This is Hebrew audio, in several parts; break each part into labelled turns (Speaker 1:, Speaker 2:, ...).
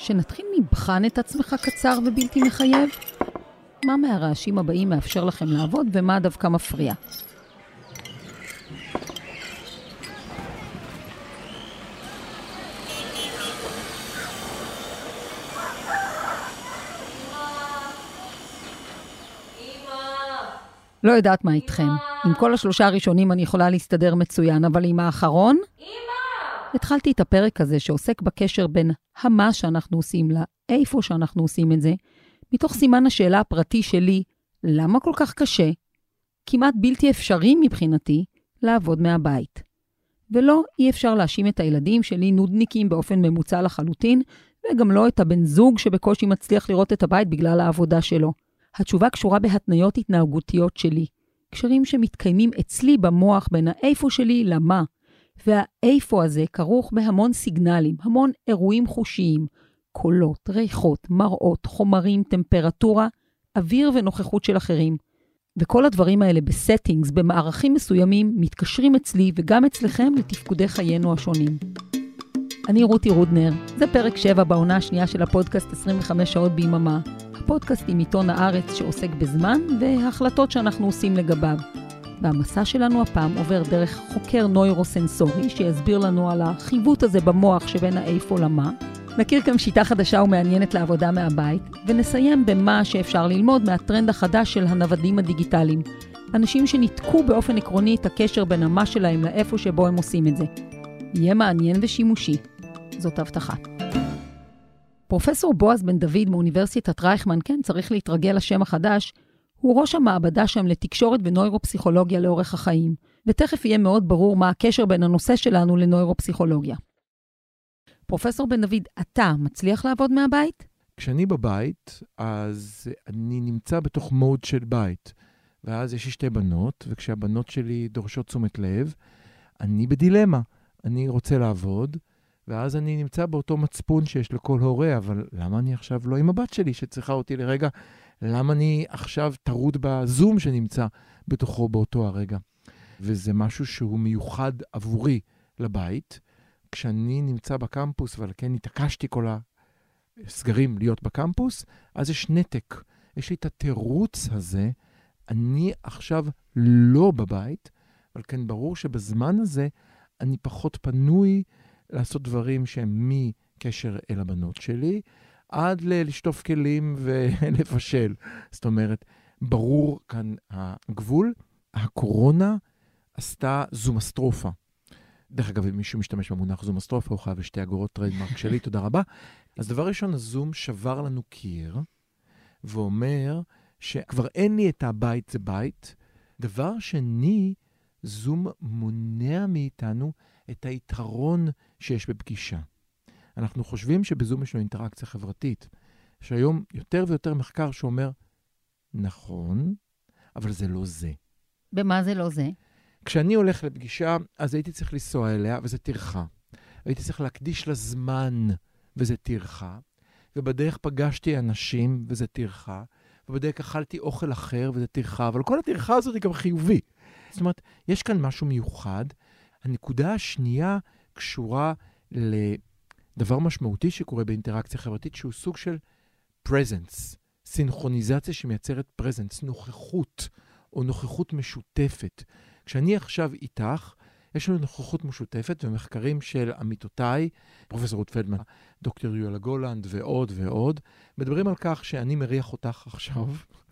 Speaker 1: שנתחיל מבחן את עצמך קצר ובלתי מחייב? מה מהרעשים הבאים מאפשר לכם לעבוד ומה דווקא מפריע? לא יודעת מה איתכם. עם כל השלושה הראשונים אני יכולה להסתדר מצוין, אבל עם האחרון? התחלתי את הפרק הזה שעוסק בקשר בין מה שאנחנו עושים לאיפה שאנחנו עושים את זה, מתוך סימן השאלה הפרטי שלי, למה כל כך קשה? כמעט בלתי אפשרי מבחינתי לעבוד מהבית. ולא, אי אפשר להאשים את הילדים שלי נודניקים באופן ממוצע לחלוטין, וגם לא את הבן זוג שבקושי מצליח לראות את הבית בגלל העבודה שלו. התשובה קשורה בהתניות התנהגותיות שלי, קשרים שמתקיימים אצלי במוח בין האיפה שלי למה, והאיפה הזה כרוך בהמון סיגנלים, המון אירועים חושיים, קולות, ריחות, מראות, חומרים, טמפרטורה, אוויר ונוכחות של אחרים. וכל הדברים האלה בסטינגס, במערכים מסוימים, מתקשרים אצלי וגם אצלכם לתפקודי חיינו השונים. אני רותי רודנר, זה פרק 7 בעונה השנייה של הפודקאסט 25 שעות ביממה. הפודקאסט עם עיתון הארץ שעוסק בזמן והחלטות שאנחנו עושים לגביו. והמסע שלנו הפעם עובר דרך חוקר נוירוסנסורי שיסביר לנו על החיווט הזה במוח שבין האיפה למה. נכיר גם שיטה חדשה ומעניינת לעבודה מהבית, ונסיים במה שאפשר ללמוד מהטרנד החדש של הנוודים הדיגיטליים. אנשים שניתקו באופן עקרוני את הקשר בין המה שלהם לאיפה שבו הם עושים את זה. יהיה מעניין ושימושי. זאת הבטחה. פרופסור בועז בן דוד מאוניברסיטת רייכמן, כן, צריך להתרגל לשם החדש, הוא ראש המעבדה שם לתקשורת ונוירופסיכולוגיה לאורך החיים, ותכף יהיה מאוד ברור מה הקשר בין הנושא שלנו לנוירופסיכולוגיה. פרופסור בן דוד, אתה מצליח לעבוד מהבית?
Speaker 2: כשאני בבית, אז אני נמצא בתוך מוד של בית, ואז יש לי 2 בנות, וכשהבנות שלי דורשות תשומת לב, אני בדילמה. אני רוצה לעבוד, ואז אני נמצא באותו מצפון שיש לכל הורה, אבל למה אני עכשיו לא עם הבת שלי שצריכה אותי לרגע? למה אני עכשיו טרוד בזום שנמצא בתוכו באותו הרגע? וזה משהו שהוא מיוחד עבורי לבית. כשאני נמצא בקמפוס, אבל כן התעקשתי כל הסגרים להיות בקמפוס, אז יש נתק. יש לי את התירוץ הזה, אני עכשיו לא בבית, אבל כן ברור שבזמן הזה אני פחות פנוי לעשות דברים שהם מקשר אל הבנות שלי, עד לשטוף כלים ולפשל. זאת אומרת, ברור כאן הגבול. הקורונה עשתה זומסטרופה. דרך אגב, אם מישהו משתמש במונח זומסטרופה, הוא חייב 2 אגורות טריידמרק שלי, תודה רבה. אז דבר ראשון, הזום שבר לנו קיר, ואומר שכבר אין לי את הבית זה בית. דבר שני, זום מונע מאיתנו את היתרון שיש בפגישה. אנחנו חושבים שבזום יש לו אינטראקציה חברתית. יש היום יותר ויותר מחקר שאומר, נכון, אבל זה לא זה.
Speaker 1: במה זה לא זה?
Speaker 2: כשאני הולך לפגישה, אז הייתי צריך לנסוע אליה, וזה טרחה. הייתי צריך להקדיש לה זמן, וזה טרחה. ובדרך פגשתי אנשים, וזה טרחה. ובדרך אכלתי אוכל אחר, וזה טרחה. אבל כל הטרחה הזאת היא גם חיובי. זאת אומרת, יש כאן משהו מיוחד. הנקודה השנייה קשורה לדבר משמעותי שקורה באינטראקציה חברתית, שהוא סוג של presence, סינכרוניזציה שמייצרת presence, נוכחות או נוכחות משותפת. כשאני עכשיו איתך, יש לנו נוכחות משותפת ומחקרים של עמיתותיי, פרופסור רות פלדמן, דוקטור יואלה גולנד ועוד ועוד, מדברים על כך שאני מריח אותך עכשיו.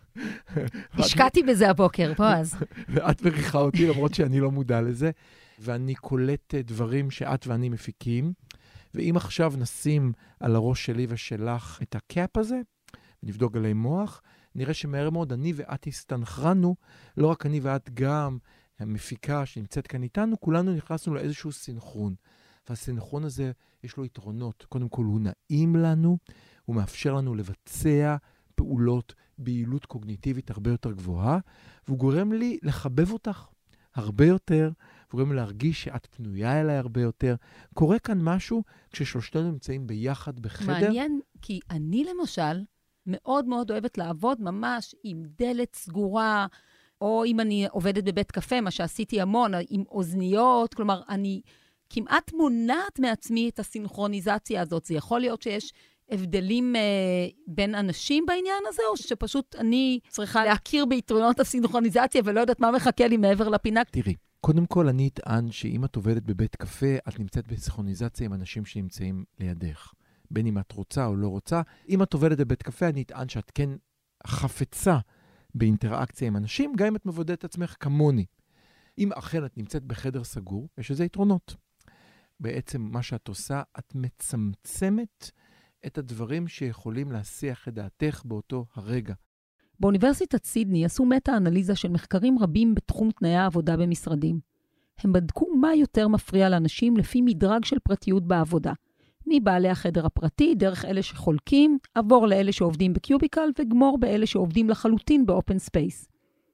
Speaker 1: השקעתי בזה הבוקר, בועז.
Speaker 2: ואת מריחה אותי למרות שאני לא מודע לזה. ואני קולט דברים שאת ואני מפיקים, ואם עכשיו נשים על הראש שלי ושלך את הקאפ הזה, ונבדוק עלי מוח, נראה שמהר מאוד אני ואת הסתנחרנו, לא רק אני ואת גם המפיקה שנמצאת כאן איתנו, כולנו נכנסנו לאיזשהו סינכרון. והסינכרון הזה יש לו יתרונות. קודם כל הוא נעים לנו, הוא מאפשר לנו לבצע פעולות ביעילות קוגניטיבית הרבה יותר גבוהה, והוא גורם לי לחבב אותך הרבה יותר, וגורם להרגיש שאת פנויה אליי הרבה יותר. קורה כאן משהו כששלושתנו נמצאים ביחד בחדר.
Speaker 1: מעניין, כי אני למשל מאוד מאוד אוהבת לעבוד ממש עם דלת סגורה, או אם אני עובדת בבית קפה, מה שעשיתי המון, עם אוזניות, כלומר, אני כמעט מונעת מעצמי את הסינכרוניזציה הזאת. זה יכול להיות שיש הבדלים בין אנשים בעניין הזה, או שפשוט אני צריכה להכיר ביתרונות הסינכרוניזציה ולא יודעת מה מחכה לי מעבר לפינה?
Speaker 2: תראי, קודם כל אני אטען שאם את עובדת בבית קפה, את נמצאת בסינכרוניזציה עם אנשים שנמצאים לידך. בין אם את רוצה או לא רוצה. אם את עובדת בבית קפה, אני אטען שאת כן חפצה באינטראקציה עם אנשים, גם אם את מבודדת את עצמך כמוני. אם אכן את נמצאת בחדר סגור, יש לזה יתרונות. בעצם מה שאת עושה, את מצמצמת את הדברים שיכולים להסיח את דעתך באותו הרגע.
Speaker 1: באוניברסיטת סידני עשו מטה-אנליזה של מחקרים רבים בתחום תנאי העבודה במשרדים. הם בדקו מה יותר מפריע לאנשים לפי מדרג של פרטיות בעבודה. מבעלי החדר הפרטי, דרך אלה שחולקים, עבור לאלה שעובדים בקיוביקל וגמור באלה שעובדים לחלוטין באופן ספייס.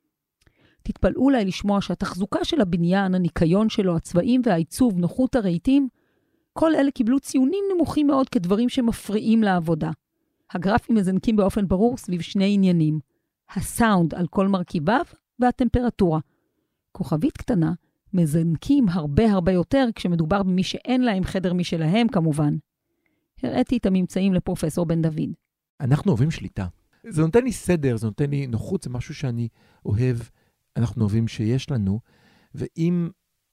Speaker 1: תתפלאו אולי לשמוע שהתחזוקה של הבניין, הניקיון שלו, הצבעים והעיצוב, נוחות הרהיטים, כל אלה קיבלו ציונים נמוכים מאוד כדברים שמפריעים לעבודה. הגרפים מזנקים באופן ברור סביב שני עניינים, הסאונד על כל מרכיביו והטמפרטורה. כוכבית קטנה, מזנקים הרבה יותר כשמדובר במי שאין להם חדר משלהם כמובן. הראיתי את הממצאים לפרופסור בן דוד.
Speaker 2: אנחנו אוהבים שליטה. זה נותן לי סדר, זה נותן לי נוחות, זה משהו שאני אוהב, אנחנו אוהבים שיש לנו, ואם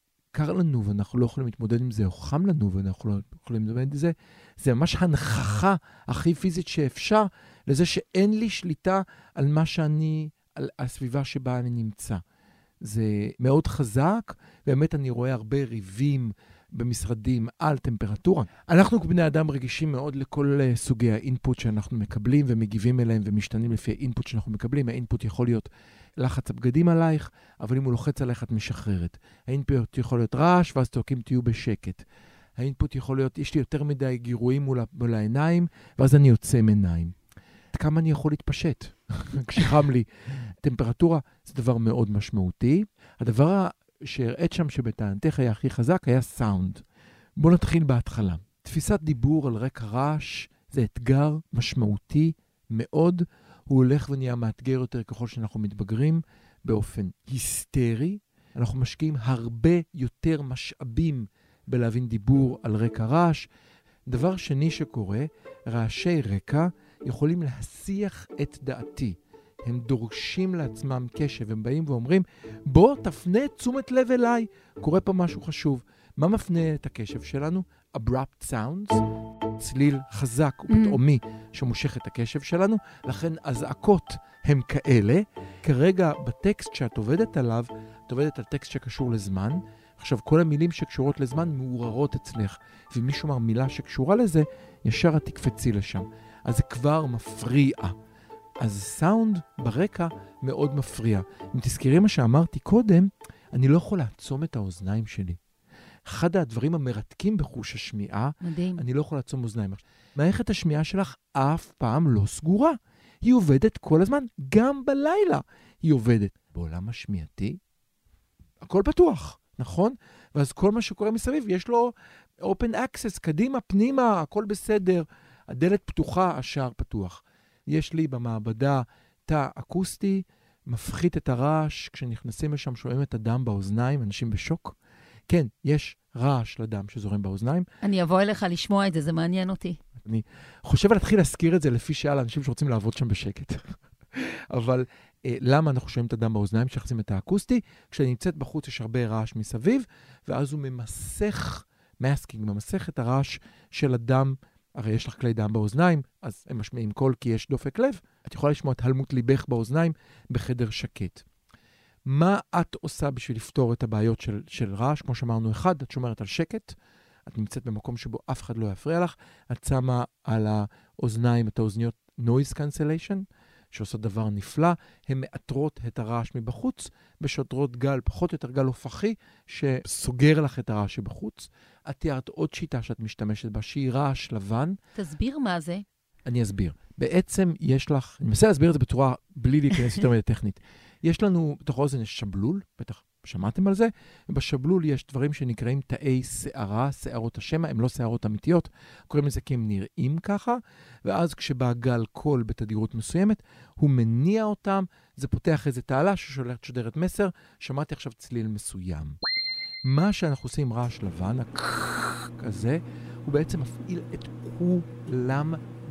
Speaker 2: קר לנו ואנחנו לא יכולים להתמודד עם זה, או חם לנו ואנחנו לא יכולים להתמודד עם זה, זה ממש הנכחה הכי פיזית שאפשר, לזה שאין לי שליטה על מה שאני, על הסביבה שבה אני נמצא. זה מאוד חזק, באמת אני רואה הרבה ריבים במשרדים על טמפרטורה. אנחנו כבני אדם רגישים מאוד לכל סוגי האינפוט שאנחנו מקבלים ומגיבים אליהם ומשתנים לפי האינפוט שאנחנו מקבלים. האינפוט יכול להיות לחץ הבגדים עלייך, אבל אם הוא לוחץ עלייך את משחררת. האינפוט יכול להיות רעש, ואז תוקים תהיו בשקט. האינפוט יכול להיות, יש לי יותר מדי גירויים מול העיניים, ואז אני יוצא מעיניים. כמה אני יכול להתפשט כשחם לי. טמפרטורה זה דבר מאוד משמעותי. הדבר שהראית שם שבטענתך היה הכי חזק היה סאונד. בואו נתחיל בהתחלה. תפיסת דיבור על רקע רעש זה אתגר משמעותי מאוד. הוא הולך ונהיה מאתגר יותר ככל שאנחנו מתבגרים באופן היסטרי. אנחנו משקיעים הרבה יותר משאבים בלהבין דיבור על רקע רעש. דבר שני שקורה, רעשי רקע יכולים להסיח את דעתי. הם דורשים לעצמם קשב, הם באים ואומרים, בוא תפנה תשומת לב אליי. קורה פה משהו חשוב. מה מפנה את הקשב שלנו? abrupt sounds, צליל חזק ופתאומי שמושך את הקשב שלנו. לכן הזעקות הם כאלה. כרגע בטקסט שאת עובדת עליו, את עובדת על טקסט שקשור לזמן. עכשיו, כל המילים שקשורות לזמן מעוררות אצלך. ואם מישהו אמר מילה שקשורה לזה, ישר את תקפצי לשם. אז זה כבר מפריע. אז סאונד ברקע מאוד מפריע. אם תזכרי מה שאמרתי קודם, אני לא יכול לעצום את האוזניים שלי. אחד הדברים המרתקים בחוש השמיעה,
Speaker 1: מדהים.
Speaker 2: אני לא יכול לעצום אוזניים. מערכת השמיעה שלך אף פעם לא סגורה. היא עובדת כל הזמן, גם בלילה היא עובדת. בעולם השמיעתי, הכל פתוח, נכון? ואז כל מה שקורה מסביב, יש לו open access, קדימה, פנימה, הכל בסדר. הדלת פתוחה, השער פתוח. יש לי במעבדה תא אקוסטי, מפחית את הרעש, כשנכנסים לשם שומעים את הדם באוזניים, אנשים בשוק. כן, יש רעש לדם שזורם באוזניים.
Speaker 1: אני אבוא אליך לשמוע את זה, זה מעניין אותי.
Speaker 2: אני חושב להתחיל להזכיר את זה לפי שעה לאנשים שרוצים לעבוד שם בשקט. אבל למה אנחנו שומעים את הדם באוזניים שחצים את האקוסטי? כשאני נמצאת בחוץ יש הרבה רעש מסביב, ואז הוא ממסך את הרעש של הדם. הרי יש לך כלי דם באוזניים, אז הם משמיעים קול כי יש דופק לב. את יכולה לשמוע את הלמות ליבך באוזניים בחדר שקט. מה את עושה בשביל לפתור את הבעיות של רעש? כמו שאמרנו, אחד, את שומרת על שקט, את נמצאת במקום שבו אף אחד לא יפריע לך, את שמה על האוזניים את האוזניות noise cancellation, שעושות דבר נפלא, הן מאתרות את הרעש מבחוץ, בשותרות גל, פחות או יותר גל הופכי, שסוגר לך את הרעש שבחוץ. את תיארת עוד שיטה שאת משתמשת בה, שהיא רעש לבן.
Speaker 1: תסביר מה זה.
Speaker 2: אני אסביר. בעצם יש לך, אני מנסה להסביר את זה בצורה בלי להיכנס יותר מדי טכנית. יש לנו, בתוך האוזן יש שבלול, בטח שמעתם על זה, ובשבלול יש דברים שנקראים תאי שערה, שערות השמע, הם לא שערות אמיתיות, קוראים לזה כי הם נראים ככה, ואז כשבא גל קול בתדירות מסוימת, הוא מניע אותם, זה פותח איזה תעלה ששולחת שדרת מסר, שמעתי עכשיו צליל מסוים. מה שאנחנו עושים רעש לבן, כזה, הוא בעצם מפעיל את כולם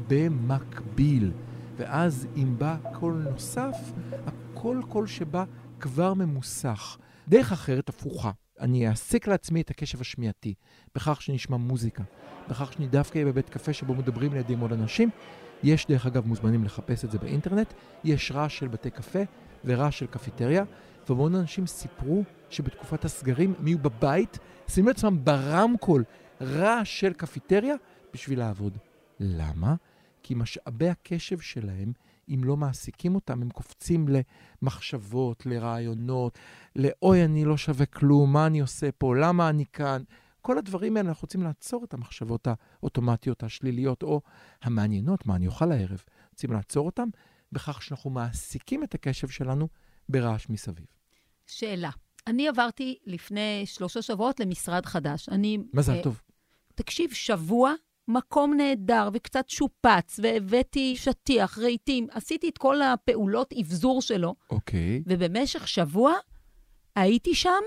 Speaker 2: במקביל. ואז אם בא קול נוסף, הקול שבא כבר ממוסך. דרך אחרת הפוכה. אני אעסיק לעצמי את הקשב השמיעתי, בכך שנשמע מוזיקה, בכך שאני דווקא אהיה בבית קפה שבו מדברים לידי עוד אנשים. יש דרך אגב מוזמנים לחפש את זה באינטרנט, יש רעש של בתי קפה ורעש של קפיטריה, ומאוד אנשים סיפרו שבתקופת הסגרים מי הוא בבית, שימו לעצמם ברמקול רעש של קפיטריה בשביל לעבוד. למה? כי משאבי הקשב שלהם, אם לא מעסיקים אותם, הם קופצים למחשבות, לרעיונות, לאוי אני לא שווה כלום, מה אני עושה פה, למה אני כאן. כל הדברים האלה אנחנו רוצים לעצור את המחשבות האוטומטיות, השליליות או המעניינות, מה אני אוכל הערב. רוצים לעצור אותם בכך שאנחנו מעסיקים את הקשב שלנו ברעש מסביב.
Speaker 1: שאלה. אני עברתי לפני 3 שבועות למשרד חדש.
Speaker 2: מזל טוב.
Speaker 1: תקשיב, שבוע, מקום נהדר וקצת שופץ, והבאתי שטיח, רהיטים, עשיתי את כל הפעולות אבזור שלו.
Speaker 2: אוקיי.
Speaker 1: ובמשך שבוע הייתי שם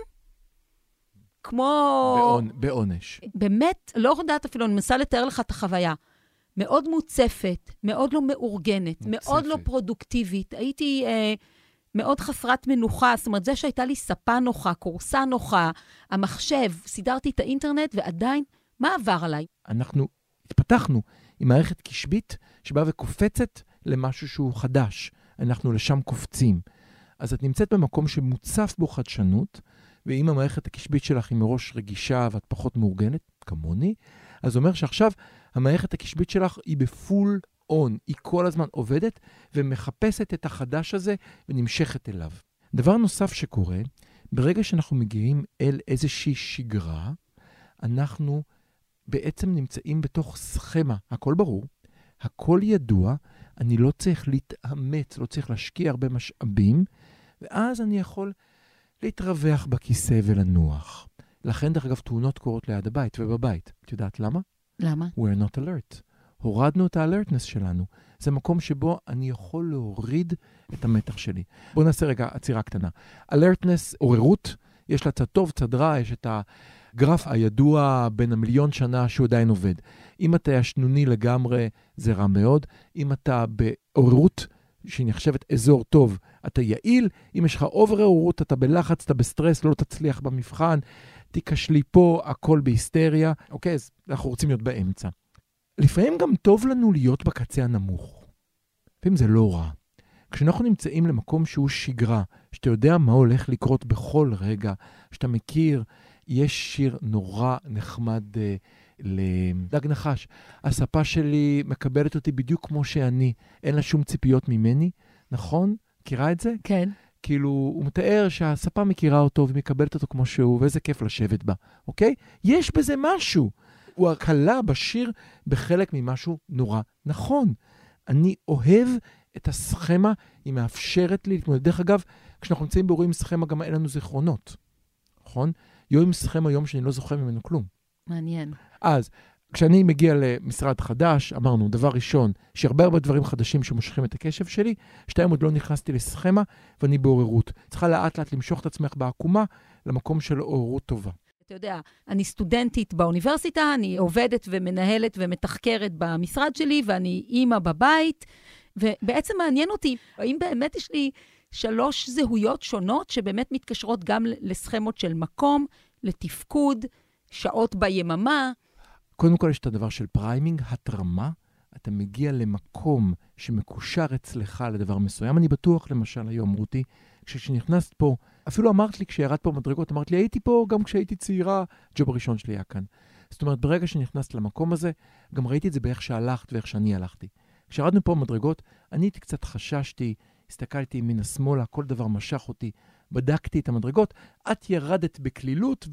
Speaker 1: כמו...
Speaker 2: בעונש.
Speaker 1: באמת, לא יודעת אפילו, אני מנסה לתאר לך את החוויה. מאוד מוצפת, מאוד לא מאורגנת, מאוד לא פרודוקטיבית. הייתי מאוד חסרת מנוחה, זאת אומרת, זה שהייתה לי ספה נוחה, קורסה נוחה, המחשב, סידרתי את האינטרנט, ועדיין, מה עבר עליי?
Speaker 2: אנחנו התפתחנו עם מערכת קשבית שבאה וקופצת למשהו שהוא חדש. אנחנו לשם קופצים. אז את נמצאת במקום שמוצף בו חדשנות, ואם המערכת הקשבית שלך היא מראש רגישה ואת פחות מאורגנת, כמוני, אז אומר שעכשיו המערכת הקשבית שלך היא בפול און, היא כל הזמן עובדת ומחפשת את החדש הזה ונמשכת אליו. דבר נוסף שקורה, ברגע שאנחנו מגיעים אל איזושהי שגרה, אנחנו בעצם נמצאים בתוך סכמה, הכל ברור, הכל ידוע, אני לא צריך להתאמץ, לא צריך להשקיע הרבה משאבים, ואז אני יכול להתרווח בכיסא ולנוח. לכן דרך אגב תאונות קורות ליד הבית ובבית. את יודעת למה?
Speaker 1: למה?
Speaker 2: We're not alert. הורדנו את ה-alertness שלנו. זה מקום שבו אני יכול להוריד את המתח שלי. בואו נעשה רגע עצירה קטנה. alertness, עוררות, יש לה צד טוב, צד רע, יש את הגרף הידוע בין 1,000,000 שנה שהוא עדיין עובד. אם אתה ישנוני לגמרי, זה רע מאוד. אם אתה בעוררות, שהיא נחשבת אזור טוב, אתה יעיל. אם יש לך אובר-עוררות, אתה בלחץ, אתה בסטרס, לא תצליח במבחן, תיכשלי פה, הכל בהיסטריה. אוקיי, אז אנחנו רוצים להיות באמצע. לפעמים גם טוב לנו להיות בקצה הנמוך. לפעמים זה לא רע. כשאנחנו נמצאים למקום שהוא שגרה, שאתה יודע מה הולך לקרות בכל רגע, שאתה מכיר, יש שיר נורא נחמד לדג נחש. הספה שלי מקבלת אותי בדיוק כמו שאני, אין לה שום ציפיות ממני, נכון? מכירה את זה?
Speaker 1: כן.
Speaker 2: כאילו, הוא מתאר שהספה מכירה אותו ומקבלת אותו כמו שהוא, ואיזה כיף לשבת בה, אוקיי? יש בזה משהו. הוא הקלה בשיר בחלק ממשהו נורא נכון. אני אוהב את הסכמה, היא מאפשרת לי להתמודד. דרך אגב, כשאנחנו נמצאים באירועים סכמה, גם אין לנו זיכרונות. נכון? יום סכמה יום שאני לא זוכר ממנו כלום.
Speaker 1: מעניין.
Speaker 2: אז, כשאני מגיע למשרד חדש, אמרנו, דבר ראשון, שהרבה דברים חדשים שמושכים את הקשב שלי, 2 עוד לא נכנסתי לסכמה, ואני בעוררות. צריכה לאט לאט למשוך את עצמך בעקומה, למקום של עוררות טובה.
Speaker 1: אתה יודע, אני סטודנטית באוניברסיטה, אני עובדת ומנהלת ומתחקרת במשרד שלי, ואני אימא בבית, ובעצם מעניין אותי, האם באמת יש לי 3 זהויות שונות, שבאמת מתקשרות גם לסכמות של מקום, לתפקוד, שעות ביממה.
Speaker 2: קודם כל יש את הדבר של פריימינג, התרמה, אתה מגיע למקום שמקושר אצלך לדבר מסוים. אני בטוח, למשל, היום, רותי, כשנכנסת פה, אפילו אמרת לי, כשירד פה מדרגות, אמרת לי, הייתי פה גם כשהייתי צעירה, הג'וב הראשון שלי היה כאן. זאת אומרת, ברגע שנכנסת למקום הזה, גם ראיתי את זה באיך שהלכת ואיך שאני הלכתי. כשירדנו פה מדרגות, אני הייתי קצת חששתי, הסתכלתי מן השמאלה, כל דבר משך אותי, בדקתי את המדרגות, את ירדת בכלילות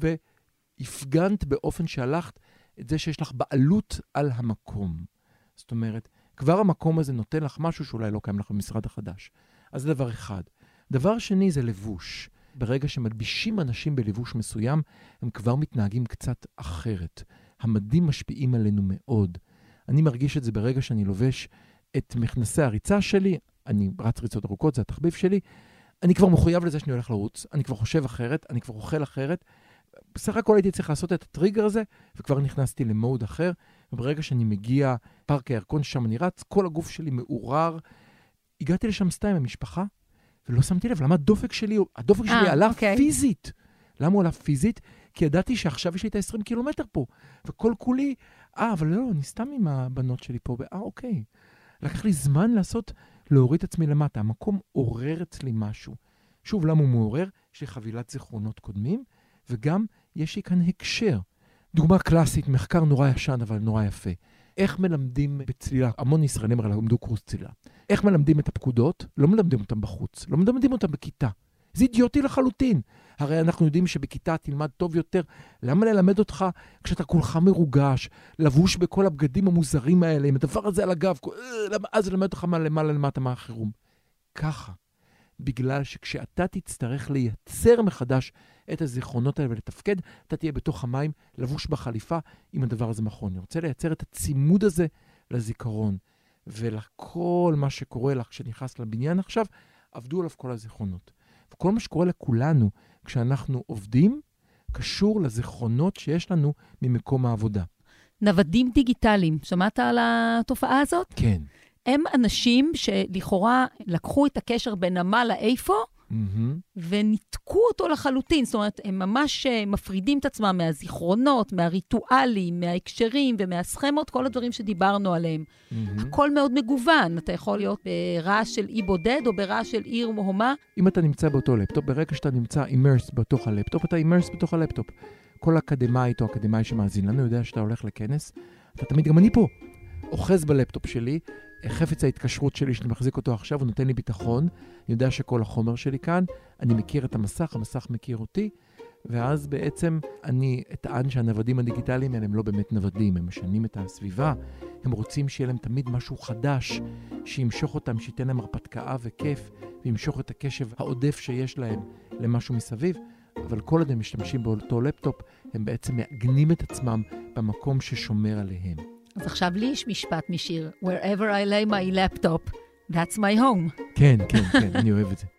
Speaker 2: והפגנת באופן שהלכת את זה שיש לך בעלות על המקום. זאת אומרת, כבר המקום הזה נותן לך משהו שאולי לא קיים לך במשרד החדש. אז זה דבר אחד. דבר שני זה לבוש. ברגע שמלבישים אנשים בלבוש מסוים, הם כבר מתנהגים קצת אחרת. המדים משפיעים עלינו מאוד. אני מרגיש את זה ברגע שאני לובש את מכנסי הריצה שלי, אני רץ ריצות ארוכות, זה התחביב שלי, אני כבר מחויב לזה שאני הולך לרוץ, אני כבר חושב אחרת, אני כבר אוכל אחרת. בסך הכל הייתי צריך לעשות את הטריגר הזה, וכבר נכנסתי למוד אחר, וברגע שאני מגיע פארק הירקון, שם אני רץ, כל הגוף שלי מעורר. הגעתי לשם סתם עם המשפחה, ולא שמתי לב, למה הדופק שלי עלה פיזית. למה הוא עלה פיזית? כי ידעתי שעכשיו יש לי את ה-20 קילומטר פה, וכל כולי, אבל לא, אני סתם עם הבנות שלי פה, אוקיי. לקח לי זמן להוריד את עצמי למטה. המקום עורר אצלי משהו. שוב, למה הוא מעורר? יש לי חבילת זיכרונות קודמים, וגם יש לי כאן הקשר. דוגמה קלאסית, מחקר נורא ישן, אבל נורא יפה. איך מלמדים בצלילה? המון ישראלים למדו קורס צלילה. איך מלמדים את הפקודות? לא מלמדים אותם בחוץ. לא מלמדים אותם בכיתה. זה אידיוטי לחלוטין. הרי אנחנו יודעים שבכיתה תלמד טוב יותר. למה ללמד אותך כשאתה כולך מרוגש, לבוש בכל הבגדים המוזרים האלה, עם הדבר הזה על הגב, אז ללמד אותך למעלה למטה מהחירום. ככה. בגלל שכשאתה תצטרך לייצר מחדש את הזיכרונות האלה ולתפקד, אתה תהיה בתוך המים, לבוש בחליפה עם הדבר הזה מאחורי. אני רוצה לייצר את הצימוד הזה לזיכרון, ולכל מה שקורה לך כשנכנס לבניין עכשיו, עבדו עליו כל הזיכרונות. וכל מה שקורה לכולנו כשאנחנו עובדים, קשור לזיכרונות שיש לנו ממקום העבודה.
Speaker 1: נוודים דיגיטליים, שמעת על התופעה הזאת?
Speaker 2: כן.
Speaker 1: הם אנשים שלכאורה לקחו את הקשר בין נמל לאיפה, וניתקו אותו לחלוטין. זאת אומרת, הם ממש מפרידים את עצמם מהזיכרונות, מהריטואלים, מההקשרים ומהסכמות, כל הדברים שדיברנו עליהם. הכל מאוד מגוון. אתה יכול להיות ברעש של אי בודד או ברעש של עיר הומה.
Speaker 2: אם אתה נמצא באותו לפטופ, ברגע שאתה נמצא אימרס בתוך הלפטופ, אתה אימרס בתוך הלפטופ. כל אקדמאית או אקדמאי שמאזין לנו יודע שאתה הולך לכנס, אתה תמיד, גם אני פה, אוחז בלפטופ שלי, חפץ ההתקשרות שלי שאני מחזיק אותו עכשיו, הוא נותן לי ביטחון, אני יודע שכל החומר שלי כאן, אני מכיר את המסך, המסך מכיר אותי, ואז בעצם אני אטען שהנוודים הדיגיטליים האלה הם לא באמת נוודים, הם משנים את הסביבה, הם רוצים שיהיה להם תמיד משהו חדש, שימשוך אותם, שייתן להם הרפתקה וכיף, וימשוך את הקשב העודף שיש להם למשהו מסביב, אבל כל עוד הם משתמשים באותו לפטופ, הם בעצם מעגנים את עצמם במקום ששומר עליהם.
Speaker 1: אז עכשיו לי יש משפט משיר, Wherever I lay my laptop, that's my home.
Speaker 2: כן, כן, כן, אני אוהב את זה.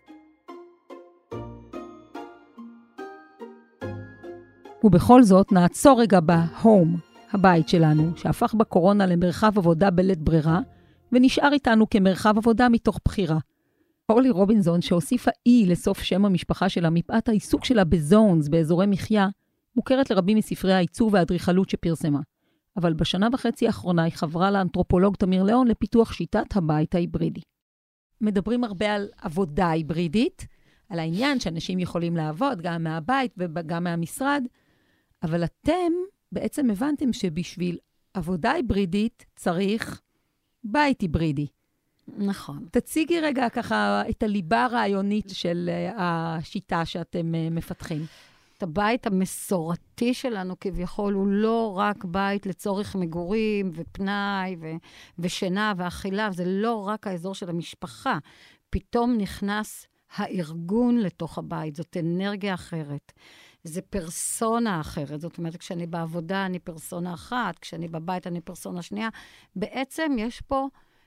Speaker 1: ובכל זאת נעצור רגע בהום, הבית שלנו, שהפך בקורונה למרחב עבודה בלית ברירה, ונשאר איתנו כמרחב עבודה מתוך בחירה. אורלי רובינזון, שהוסיפה אי לסוף שם המשפחה שלה מפאת העיסוק שלה בזונס, באזורי מחיה, מוכרת לרבים מספרי העיצוב והאדריכלות שפרסמה. אבל בשנה וחצי האחרונה היא חברה לאנתרופולוג תמיר ליאון לפיתוח שיטת הבית ההיברידי. מדברים הרבה על עבודה היברידית, על העניין שאנשים יכולים לעבוד גם מהבית וגם מהמשרד, אבל אתם בעצם הבנתם שבשביל עבודה היברידית צריך בית היברידי.
Speaker 3: נכון.
Speaker 1: תציגי רגע ככה את הליבה הרעיונית של השיטה שאתם מפתחים.
Speaker 3: את הבית המסורתי שלנו כביכול הוא לא רק בית לצורך מגורים ופנאי ושינה ואכילה, זה לא רק האזור של המשפחה. פתאום נכנס הארגון לתוך הבית, זאת אנרגיה אחרת. זה פרסונה אחרת, זאת אומרת, כשאני בעבודה אני פרסונה אחת, כשאני בבית אני פרסונה שנייה. בעצם יש פה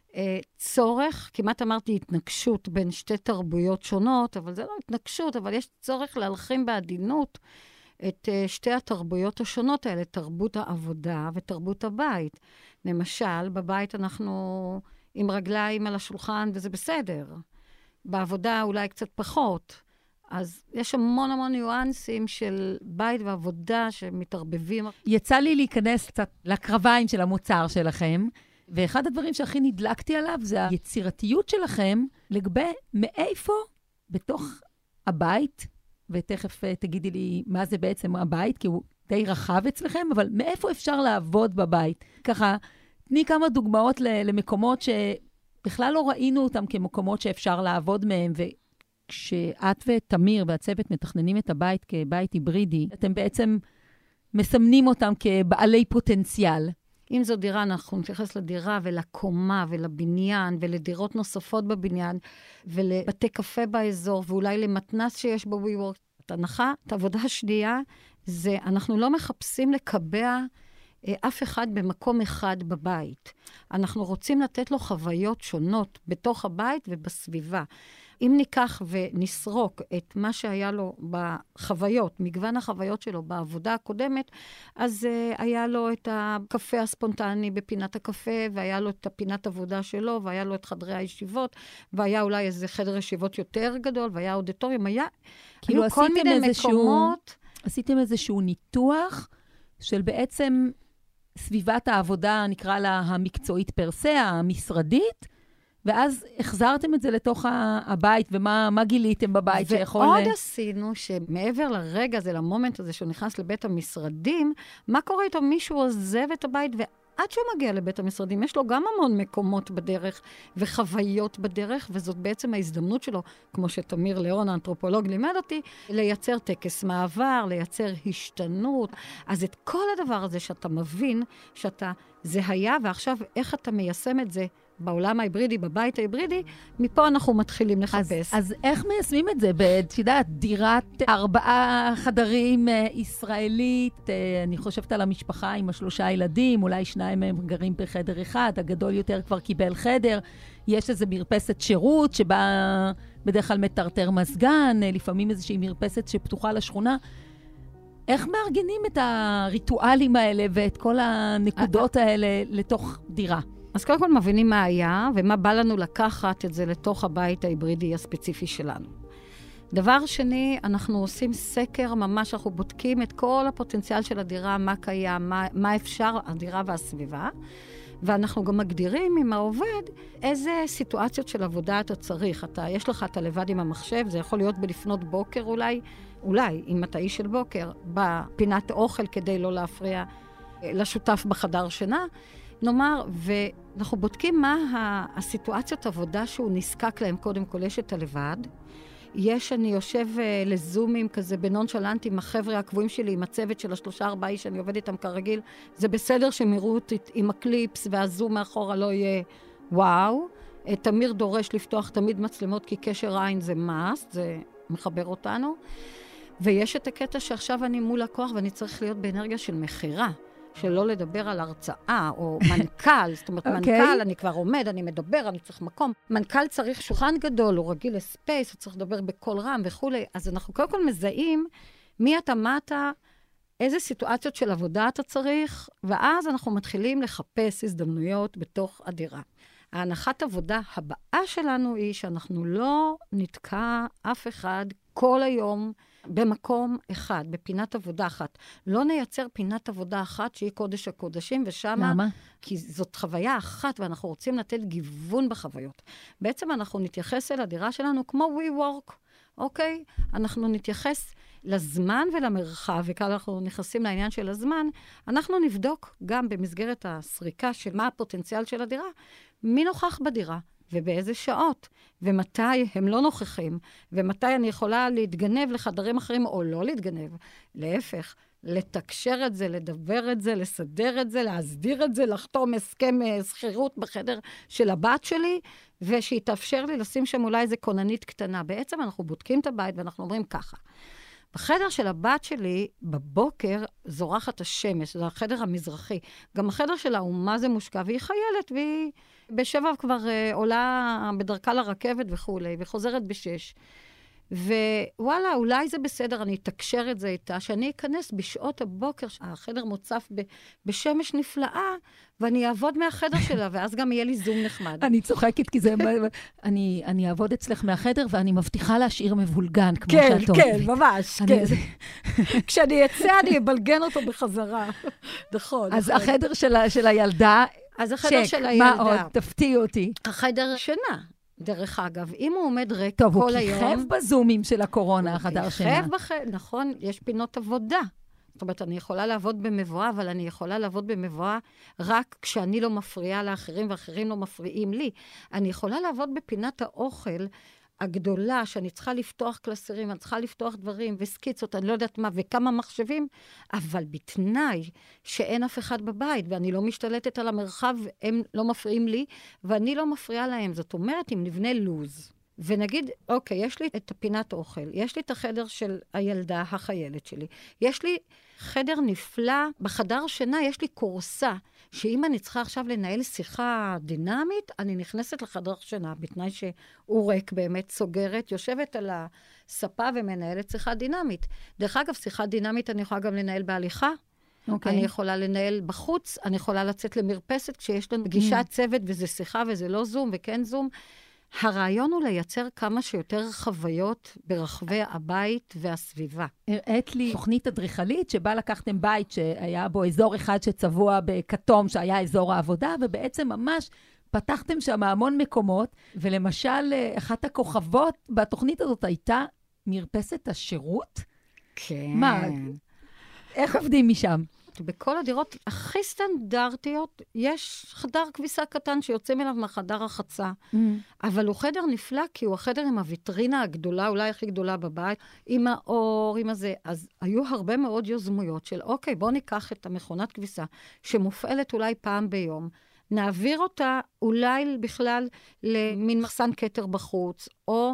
Speaker 3: צורך, כמעט אמרתי התנגשות בין שתי תרבויות שונות, אבל זה לא התנגשות, אבל יש צורך להלחים בעדינות את שתי התרבויות השונות האלה, תרבות העבודה ותרבות הבית. למשל, בבית אנחנו עם רגליים על השולחן וזה בסדר. בעבודה אולי קצת פחות. אז יש המון המון ניואנסים של בית ועבודה שמתערבבים.
Speaker 1: יצא לי להיכנס קצת לקרביים של המוצר שלכם, ואחד הדברים שהכי נדלקתי עליו זה היצירתיות שלכם לגבי מאיפה בתוך הבית, ותכף תגידי לי מה זה בעצם הבית, כי הוא די רחב אצלכם, אבל מאיפה אפשר לעבוד בבית? ככה, תני כמה דוגמאות למקומות שבכלל לא ראינו אותם כמקומות שאפשר לעבוד מהם, וכשאת ותמיר והצוות מתכננים את הבית כבית היברידי, אתם בעצם מסמנים אותם כבעלי פוטנציאל.
Speaker 3: אם זו דירה, אנחנו נתייחס לדירה ולקומה ולבניין ולדירות נוספות בבניין ולבתי קפה באזור ואולי למתנס שיש בו WeWork. את הנחה, את העבודה השנייה, זה אנחנו לא מחפשים לקבע אף אחד במקום אחד בבית. אנחנו רוצים לתת לו חוויות שונות בתוך הבית ובסביבה. אם ניקח ונסרוק את מה שהיה לו בחוויות, מגוון החוויות שלו בעבודה הקודמת, אז היה לו את הקפה הספונטני בפינת הקפה, והיה לו את הפינת עבודה שלו, והיה לו את חדרי הישיבות, והיה אולי איזה חדר ישיבות יותר גדול, והיה אודיטוריום, היו כל מיני מקומות.
Speaker 1: עשיתם איזשהו ניתוח של בעצם סביבת העבודה, נקרא לה המקצועית פרסה, המשרדית, ואז החזרתם את זה לתוך הבית, ומה גיליתם בבית שיכול...
Speaker 3: ועוד עשינו שמעבר לרגע הזה, למומנט הזה שהוא נכנס לבית המשרדים, מה קורה איתו? מישהו עוזב את הבית, ועד שהוא מגיע לבית המשרדים, יש לו גם המון מקומות בדרך, וחוויות בדרך, וזאת בעצם ההזדמנות שלו, כמו שתמיר ליאון, האנתרופולוג, לימד אותי, לייצר טקס מעבר, לייצר השתנות. אז את כל הדבר הזה שאתה מבין, זה היה, ועכשיו איך אתה מיישם את זה, בעולם ההיברידי, בבית ההיברידי, מפה אנחנו מתחילים לחפש.
Speaker 1: אז איך מיישמים את זה? את דירת 4 חדרים ישראלית, אני חושבת על המשפחה עם 3 ילדים, אולי 2 מהם גרים בחדר אחד, הגדול יותר כבר קיבל חדר, יש איזו מרפסת שירות שבה בדרך כלל מטרטר מזגן, לפעמים איזושהי מרפסת שפתוחה לשכונה. איך מארגנים את הריטואלים האלה ואת כל הנקודות האלה לתוך דירה?
Speaker 3: אז קודם כל מבינים מה היה, ומה בא לנו לקחת את זה לתוך הבית ההיברידי הספציפי שלנו. דבר שני, אנחנו עושים סקר ממש, אנחנו בודקים את כל הפוטנציאל של הדירה, מה קיים, מה אפשר, הדירה והסביבה, ואנחנו גם מגדירים עם העובד איזה סיטואציות של עבודה אתה צריך. יש לך אתה לבד עם המחשב, זה יכול להיות בלפנות בוקר אולי, אם אתה איש של בוקר, בפינת אוכל כדי לא להפריע לשותף בחדר שינה, נאמר, ואנחנו בודקים מה הסיטואציות עבודה שהוא נזקק להם. קודם כל, יש את הלבד. אני יושב לזומים כזה בנונשלנט עם החבר'ה הקבועים שלי, עם הצוות של 3-4 איש, אני עובד איתם כרגיל. זה בסדר שמירו אותי עם הקליפס והזום מאחורה לא יהיה וואו. תמיר דורש לפתוח תמיד מצלמות, כי קשר עין זה מאסט, זה מחבר אותנו. ויש את הקטע שעכשיו אני מול לקוח ואני צריך להיות באנרגיה של מחירה. שלא לדבר על הרצאה, או מנכ"ל, זאת אומרת, מנכ"ל, אני כבר עומד, אני מדבר, אני צריך מקום. מנכ"ל צריך שולחן גדול, הוא רגיל לספייס, הוא צריך לדבר בכל רם וכו'. אז אנחנו קודם כל מזהים מי אתה, מה אתה, איזה סיטואציות של עבודה אתה צריך, ואז אנחנו מתחילים לחפש הזדמנויות בתוך הדירה. ההנחת עבודה הבאה שלנו היא שאנחנו לא נתקע אף אחד כל היום במקום אחד, בפינת עבודה אחת. לא נייצר פינת עבודה אחת שהיא קודש הקודשים, ושמה...
Speaker 1: למה?
Speaker 3: כי זאת חוויה אחת, ואנחנו רוצים לתת גיוון בחוויות. בעצם אנחנו נתייחס אל הדירה שלנו כמו WeWork, אוקיי? אנחנו נתייחס לזמן ולמרחב, וכאן אנחנו נכנסים לעניין של הזמן, אנחנו נבדוק גם במסגרת הסריקה של מה הפוטנציאל של הדירה, מי נוכח בדירה. ובאיזה שעות, ומתי הם לא נוכחים, ומתי אני יכולה להתגנב לחדרים אחרים, או לא להתגנב. להפך, לתקשר את זה, לדבר את זה, לסדר את זה, להסדיר את זה, לחתום הסכם שכירות בחדר של הבת שלי, ושהתאפשר לי לשים שם אולי איזה כוננית קטנה. בעצם אנחנו בודקים את הבית, ואנחנו אומרים ככה. בחדר של הבת שלי, בבוקר, זורחת השמש, זה החדר המזרחי. גם החדר שלה הוא מה זה מושקע, והיא חיילת, והיא בשבע כבר עולה בדרכה לרכבת וכו', וחוזרת ב6. ווואלה, אולי זה בסדר, אני אתקשר את זה איתה, שאני אכנס בשעות הבוקר, החדר מוצף בשמש נפלאה, ואני אעבוד מהחדר שלה, ואז גם יהיה לי זום נחמד.
Speaker 1: אני צוחקת, כי זה... אני אעבוד אצלך מהחדר, ואני מבטיחה להשאיר מבולגן, כמו שאת אומרת.
Speaker 3: כן, ממש, כן. כשאני אצא, אני אבלגן אותו בחזרה. נכון.
Speaker 1: אז החדר של הילדה...
Speaker 3: אז החדר של הילדה.
Speaker 1: מה עוד? תפתיע אותי.
Speaker 3: החדר שינה. דרך אגב, אם הוא עומד ריק כל היום...
Speaker 1: טוב, הוא כיכב בזומים של הקורונה, החדר שינה.
Speaker 3: נכון, יש פינות עבודה. זאת אומרת, אני יכולה לעבוד במבואה, אבל אני יכולה לעבוד במבואה רק כשאני לא מפריעה לאחרים, ואחרים לא מפריעים לי. אני יכולה לעבוד בפינת האוכל הגדולה, שאני צריכה לפתוח קלסרים, אני צריכה לפתוח דברים וסקיצות, אני לא יודעת מה, וכמה מחשבים, אבל בתנאי שאין אף אחד בבית, ואני לא משתלטת על המרחב, הם לא מפריעים לי, ואני לא מפריעה להם. זאת אומרת, אם נבנה לוז, ונגיד, אוקיי, יש לי את הפינת אוכל, יש לי את החדר של הילדה, החיילת שלי, יש לי חדר נפלא, בחדר שינה יש לי קורסה, שאם אני צריכה עכשיו לנהל שיחה דינמית, אני נכנסת לחדר שינה, בתנאי שהוא ריק באמת, סוגרת, יושבת על הספה ומנהלת שיחה דינמית. דרך אגב, שיחה דינמית אני יכולה גם לנהל בהליכה, אני יכולה לנהל בחוץ, אני יכולה לצאת למרפסת, כשיש לנו פגישת צוות וזה שיחה וזה לא זום וכן זום. הרעיון הוא לייצר כמה שיותר חוויות ברחבי הבית והסביבה.
Speaker 1: הראית לי תוכנית אדריכלית שבה לקחתם בית שהיה בו אזור אחד שצבוע בכתום, שהיה אזור העבודה, ובעצם ממש פתחתם שם המון מקומות, ולמשל, אחת הכוכבות בתוכנית הזאת הייתה מרפסת השירות.
Speaker 3: כן.
Speaker 1: מה? איך עובדים משם?
Speaker 3: בכל הדירות הכי סטנדרטיות, יש חדר כביסה קטן שיוצא אליו מהחדר החצה. אבל הוא חדר נפלא, כי הוא החדר עם הוויטרינה הגדולה, אולי הכי גדולה בבית, עם האור, עם הזה. אז היו הרבה מאוד יוזמויות של, אוקיי, בוא ניקח את המכונת כביסה, שמופעלת אולי פעם ביום, נעביר אותה אולי בכלל למין מחסן כתר בחוץ, או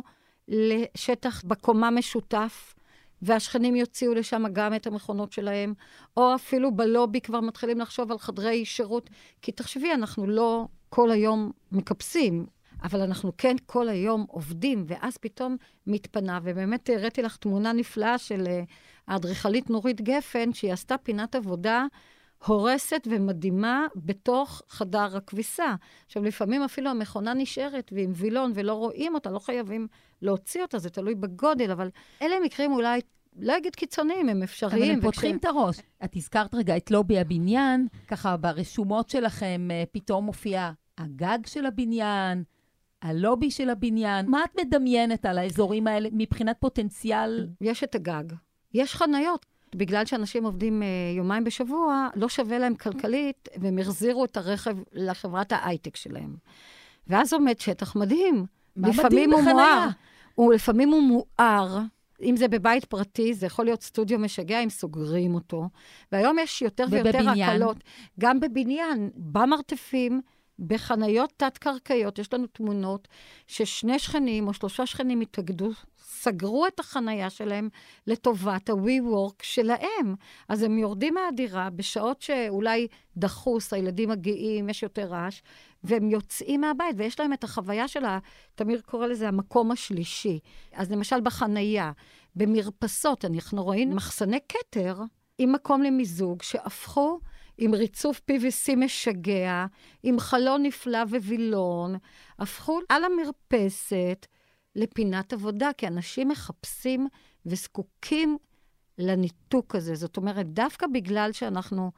Speaker 3: לשטח בקומה משותף, והשכנים יוציאו לשם גם את המכונות שלהם, או אפילו בלובי כבר מתחילים לחשוב על חדרי שירות, כי תחשבי, אנחנו לא כל היום מקפסים, אבל אנחנו כן כל היום עובדים, ואז פתאום מתפנה, ובאמת הראיתי לך תמונה נפלאה של האדריכלית נורית גפן, שהיא עשתה פינת עבודה הורסת ומדהימה בתוך חדר הכביסה. עכשיו, לפעמים אפילו המכונה נשארת ועם וילון ולא רואים אותה, לא חייבים להוציא אותה, זה תלוי בגודל, אבל אלה מקרים אולי, לא אגיד קיצוניים, הם אפשריים.
Speaker 1: אבל הם פותחים את הראש. את הזכרת רגע את לובי הבניין, ככה ברשומות שלכם פתאום מופיע הגג של הבניין, הלובי של הבניין. מה את מדמיינת על האזורים האלה מבחינת פוטנציאל?
Speaker 3: יש את הגג. יש חניות. בגלל שאנשים עובדים יומיים בשבוע, לא שווה להם כלכלית, והם החזירו את הרכב לחברת ההייטק שלהם. ואז עומד שטח מדהים.
Speaker 1: מה מדהים בחניה?
Speaker 3: לפעמים הוא מואר. אם זה בבית פרטי, זה יכול להיות סטודיו משגע, אם סוגרים אותו. והיום יש יותר ויותר הקלות. גם בבניין, במרתפים, בחניות תת-קרקעיות, יש לנו תמונות ששני שכנים או 3 שכנים התאגדו, סגרו את החנייה שלהם לטובת ה-WeWork שלהם. אז הם יורדים מהדירה בשעות שאולי דחוס, הילדים מגיעים, יש יותר רעש, והם יוצאים מהבית, ויש להם את החוויה שלה, תמיר קורא לזה המקום השלישי. אז למשל בחנייה, במרפסות, אנחנו רואים מחסני כתר עם מקום למיזוג שהפכו עם ריצוף PVC משגע, עם חלון נפלא ווילון, הפכו על המרפסת לפינת עבודה, כי אנשים מחפשים וזקוקים לניתוק הזה. זאת אומרת, דווקא בגלל שאנחנו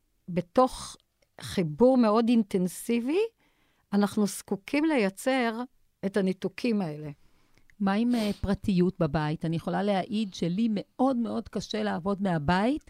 Speaker 3: בתוך חיבור מאוד אינטנסיבי, אנחנו זקוקים לייצר את הניתוקים האלה.
Speaker 1: מה עם פרטיות בבית? אני יכולה להעיד שלי מאוד מאוד קשה לעבוד מהבית,